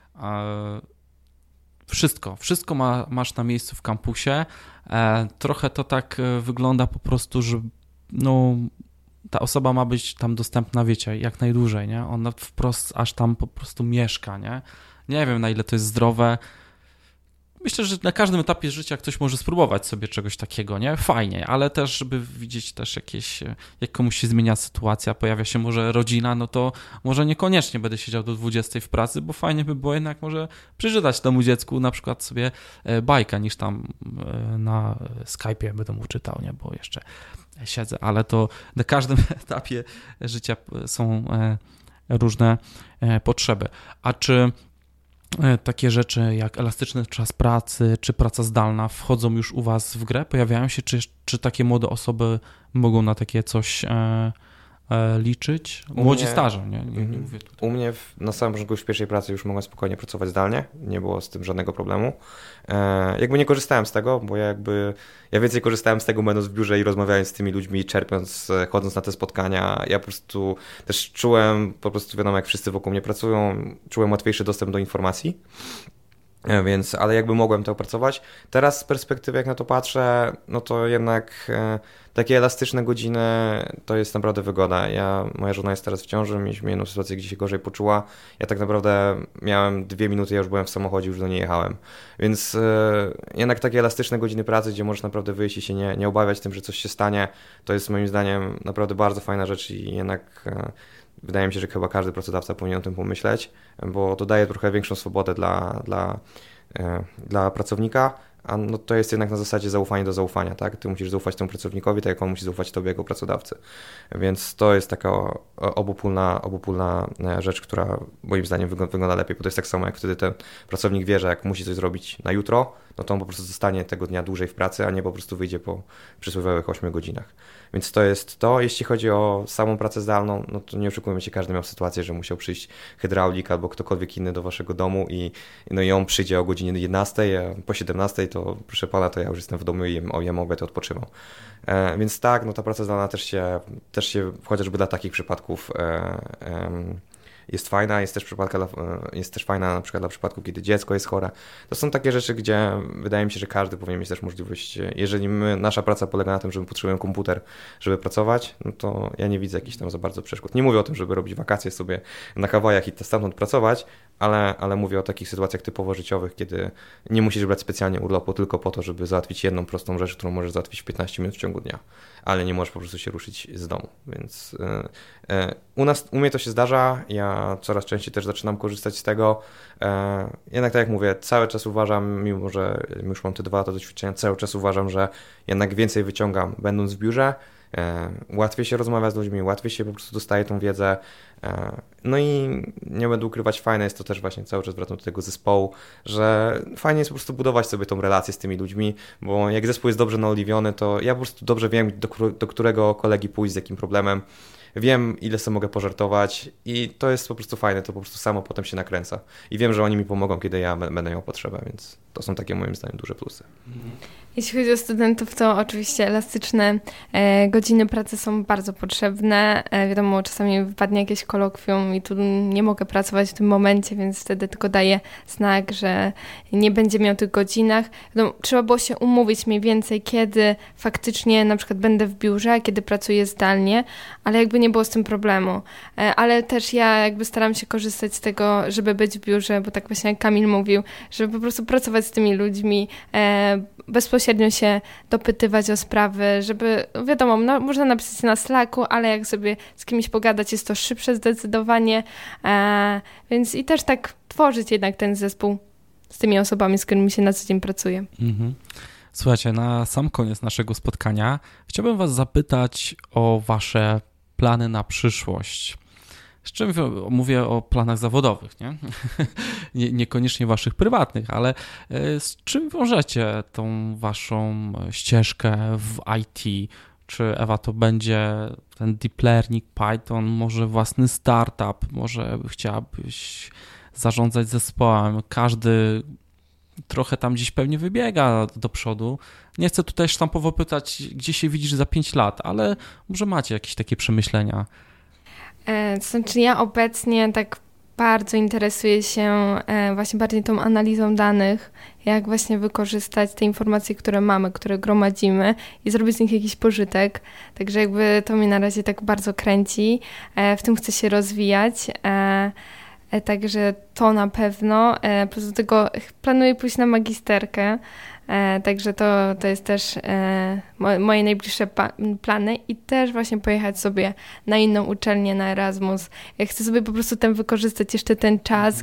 S1: wszystko masz na miejscu w kampusie. Trochę to tak wygląda po prostu, że ta osoba ma być tam dostępna, wiecie, jak najdłużej, nie? Ona wprost aż tam po prostu mieszka, nie? Nie wiem, na ile to jest zdrowe. Myślę, że na każdym etapie życia ktoś może spróbować sobie czegoś takiego, nie? Fajnie, ale też, żeby widzieć też jak komuś się zmienia sytuacja, pojawia się może rodzina, no to może niekoniecznie będę siedział do 20 w pracy, bo fajnie by było jednak może przeczytać temu dziecku na przykład sobie bajkę, niż tam na Skype'ie będę mu czytał, nie? Bo jeszcze siedzę, ale to na każdym etapie życia są różne potrzeby. A czy takie rzeczy jak elastyczny czas pracy, czy praca zdalna wchodzą już u Was w grę? Pojawiają się? Czy takie młode osoby mogą na takie coś liczyć? Młodzi, starzy, nie mówię tutaj.
S3: U mnie na samym początku już w pierwszej pracy już mogłem spokojnie pracować zdalnie, nie było z tym żadnego problemu. Jakby nie korzystałem z tego, bo ja więcej korzystałem z tego będąc w biurze i rozmawiając z tymi ludźmi, chodząc na te spotkania. Ja po prostu też czułem, wiadomo, jak wszyscy wokół mnie pracują, czułem łatwiejszy dostęp do informacji. Ale jakby mogłem to opracować. Teraz z perspektywy, jak na to patrzę, no to jednak takie elastyczne godziny to jest naprawdę wygoda. Moja żona jest teraz w ciąży, mieliśmy jedną sytuację, gdzie się gorzej poczuła. Ja tak naprawdę miałem 2 minuty, ja już byłem w samochodzie, już do niej jechałem. Więc jednak takie elastyczne godziny pracy, gdzie możesz naprawdę wyjść i się nie obawiać tym, że coś się stanie, to jest moim zdaniem naprawdę bardzo fajna rzecz i jednak wydaje mi się, że chyba każdy pracodawca powinien o tym pomyśleć, bo to daje trochę większą swobodę dla pracownika. a no to jest jednak na zasadzie zaufanie do zaufania, tak? Ty musisz zaufać temu pracownikowi, tak jak on musi zaufać tobie jako pracodawcy. Więc to jest taka obopólna rzecz, która moim zdaniem wygląda lepiej, bo to jest tak samo, jak wtedy ten pracownik wie, że jak musi coś zrobić na jutro, no to on po prostu zostanie tego dnia dłużej w pracy, a nie po prostu wyjdzie po przysłowiowych 8 godzinach. Więc to jest to. Jeśli chodzi o samą pracę zdalną, no to nie oszukujmy się, każdy miał sytuację, że musiał przyjść hydraulik albo ktokolwiek inny do waszego domu i on przyjdzie o godzinie 11, a po 17 to proszę pana, to ja już jestem w domu i jem obiad i odpoczywam. Więc tak, no ta praca zdalna też się chociażby dla takich przypadków jest fajna, jest też fajna na przykład dla przypadku, kiedy dziecko jest chore. To są takie rzeczy, gdzie wydaje mi się, że każdy powinien mieć też możliwość, jeżeli nasza praca polega na tym, że my potrzebujemy komputer, żeby pracować, no to ja nie widzę jakichś tam za bardzo przeszkód. Nie mówię o tym, żeby robić wakacje sobie na Hawajach i stamtąd pracować, ale mówię o takich sytuacjach typowo życiowych, kiedy nie musisz brać specjalnie urlopu tylko po to, żeby załatwić jedną prostą rzecz, którą możesz załatwić w 15 minut w ciągu dnia, ale nie możesz po prostu się ruszyć z domu, więc u mnie to się zdarza, ja coraz częściej też zaczynam korzystać z tego, jednak tak jak mówię, cały czas uważam, mimo że już mam te 2 lata doświadczenia, cały czas uważam, że jednak więcej wyciągam będąc w biurze, łatwiej się rozmawia z ludźmi, łatwiej się po prostu dostaje tą wiedzę, no i nie będę ukrywać, fajne jest to też właśnie, cały czas wracam do tego zespołu, że fajnie jest po prostu budować sobie tą relację z tymi ludźmi, bo jak zespół jest dobrze naoliwiony, to ja po prostu dobrze wiem, do którego kolegi pójść z jakim problemem, wiem, ile sobie mogę pożartować i to jest po prostu fajne, to po prostu samo potem się nakręca i wiem, że oni mi pomogą, kiedy ja będę miał potrzebę, więc to są takie moim zdaniem duże plusy.
S2: Jeśli chodzi o studentów, to oczywiście elastyczne godziny pracy są bardzo potrzebne. Wiadomo, czasami wypadnie jakieś kolokwium i tu nie mogę pracować w tym momencie, więc wtedy tylko daję znak, że nie będzie miał tych godzinach. No, trzeba było się umówić mniej więcej, kiedy faktycznie na przykład będę w biurze, a kiedy pracuję zdalnie, ale jakby nie było z tym problemu. Ale też ja jakby staram się korzystać z tego, żeby być w biurze, bo tak właśnie jak Kamil mówił, żeby po prostu pracować z tymi ludźmi, bezpośrednio się dopytywać o sprawy, żeby, wiadomo, no, można napisać na Slacku, ale jak sobie z kimś pogadać, jest to szybsze zdecydowanie, więc i też tak tworzyć jednak ten zespół z tymi osobami, z którymi się na co dzień pracuje.
S1: Słuchajcie, na sam koniec naszego spotkania chciałbym was zapytać o wasze plany na przyszłość. Z czym mówię o planach zawodowych, nie? Niekoniecznie waszych prywatnych, ale z czym wiążecie tą waszą ścieżkę w IT? Czy Ewa to będzie ten deep learning, Python, może własny startup, może chciałabyś zarządzać zespołem? Każdy trochę tam gdzieś pewnie wybiega do przodu. Nie chcę tutaj sztampowo pytać, gdzie się widzisz za 5 lat, ale może macie jakieś takie przemyślenia.
S2: To znaczy ja obecnie tak bardzo interesuję się właśnie bardziej tą analizą danych, jak właśnie wykorzystać te informacje, które mamy, które gromadzimy i zrobić z nich jakiś pożytek. Także jakby to mnie na razie tak bardzo kręci, w tym chcę się rozwijać. Także to na pewno. Poza tego planuję pójść na magisterkę, także to jest też moje najbliższe plany i też właśnie pojechać sobie na inną uczelnię, na Erasmus. Ja chcę sobie po prostu wykorzystać jeszcze ten czas,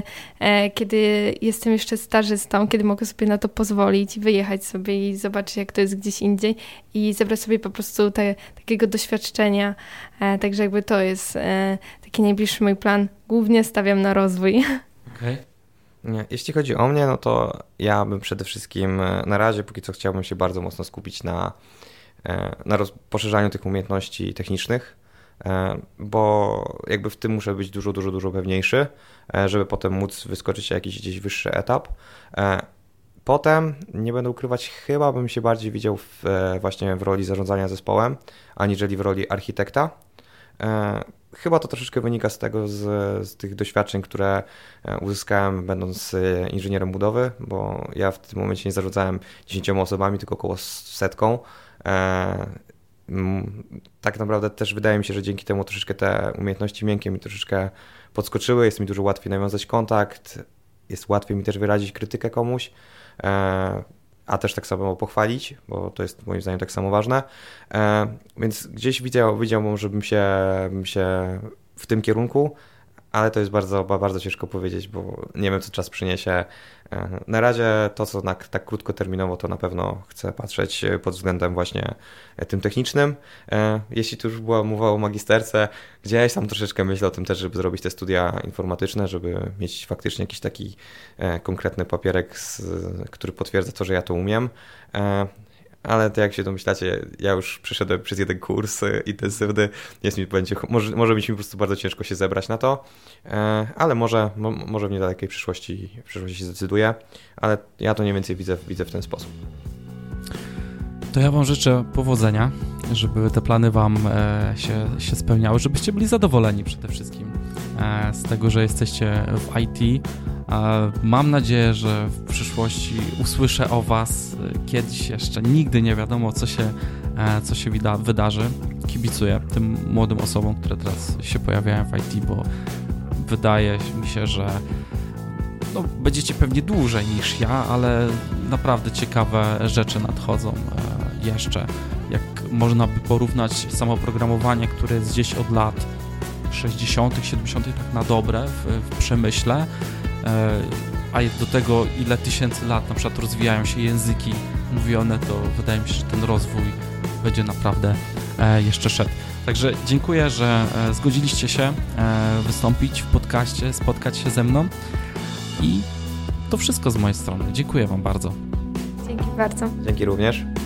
S2: kiedy jestem jeszcze stażystą, kiedy mogę sobie na to pozwolić, wyjechać sobie i zobaczyć, jak to jest gdzieś indziej i zebrać sobie po prostu takiego doświadczenia. Także jakby to jest taki najbliższy mój plan. Głównie stawiam na rozwój.
S1: Okay.
S3: Nie, jeśli chodzi o mnie, no to ja bym przede wszystkim na razie, póki co chciałbym się bardzo mocno skupić na poszerzaniu tych umiejętności technicznych, bo jakby w tym muszę być dużo pewniejszy, żeby potem móc wyskoczyć na jakiś gdzieś wyższy etap. Potem, nie będę ukrywać, chyba bym się bardziej widział właśnie w roli zarządzania zespołem, aniżeli w roli architekta. Chyba to troszeczkę wynika z tego, z tych doświadczeń, które uzyskałem będąc inżynierem budowy, bo ja w tym momencie nie zarządzałem 10 osobami, tylko około 100. Tak naprawdę też wydaje mi się, że dzięki temu troszeczkę te umiejętności miękkie mi troszeczkę podskoczyły, jest mi dużo łatwiej nawiązać kontakt, jest łatwiej mi też wyrazić krytykę komuś, a też tak samo pochwalić, bo to jest moim zdaniem tak samo ważne. Więc gdzieś widziałbym, żebym się w tym kierunku, ale to jest bardzo, bardzo ciężko powiedzieć, bo nie wiem, co czas przyniesie. Na razie to, co tak krótkoterminowo, to na pewno chcę patrzeć pod względem właśnie tym technicznym. Jeśli tu już była mowa o magisterce, gdzieś tam troszeczkę myślę o tym też, żeby zrobić te studia informatyczne, żeby mieć faktycznie jakiś taki konkretny papierek, który potwierdza to, że ja to umiem. Ale to jak się domyślacie, ja już przeszedłem przez jeden kurs intensywny, może być mi po prostu bardzo ciężko się zebrać na to, ale może w niedalekiej przyszłości się zdecyduję, ale ja to mniej więcej widzę w ten sposób.
S1: To ja Wam życzę powodzenia, żeby te plany Wam się spełniały, żebyście byli zadowoleni przede wszystkim z tego, że jesteście w IT. Mam nadzieję, że w przyszłości usłyszę o Was kiedyś jeszcze. Nigdy nie wiadomo, co się wydarzy. Kibicuję tym młodym osobom, które teraz się pojawiają w IT, bo wydaje mi się, że będziecie pewnie dłużej niż ja, ale naprawdę ciekawe rzeczy nadchodzą jeszcze. Jak można by porównać samo programowanie, które jest gdzieś od lat 60., 70. tak na dobre w przemyśle, a do tego ile tysięcy lat na przykład rozwijają się języki mówione, to wydaje mi się, że ten rozwój będzie naprawdę jeszcze szedł. Także dziękuję, że zgodziliście się wystąpić w podcaście, spotkać się ze mną i to wszystko z mojej strony. Dziękuję Wam bardzo.
S2: Dzięki bardzo.
S3: Dzięki również.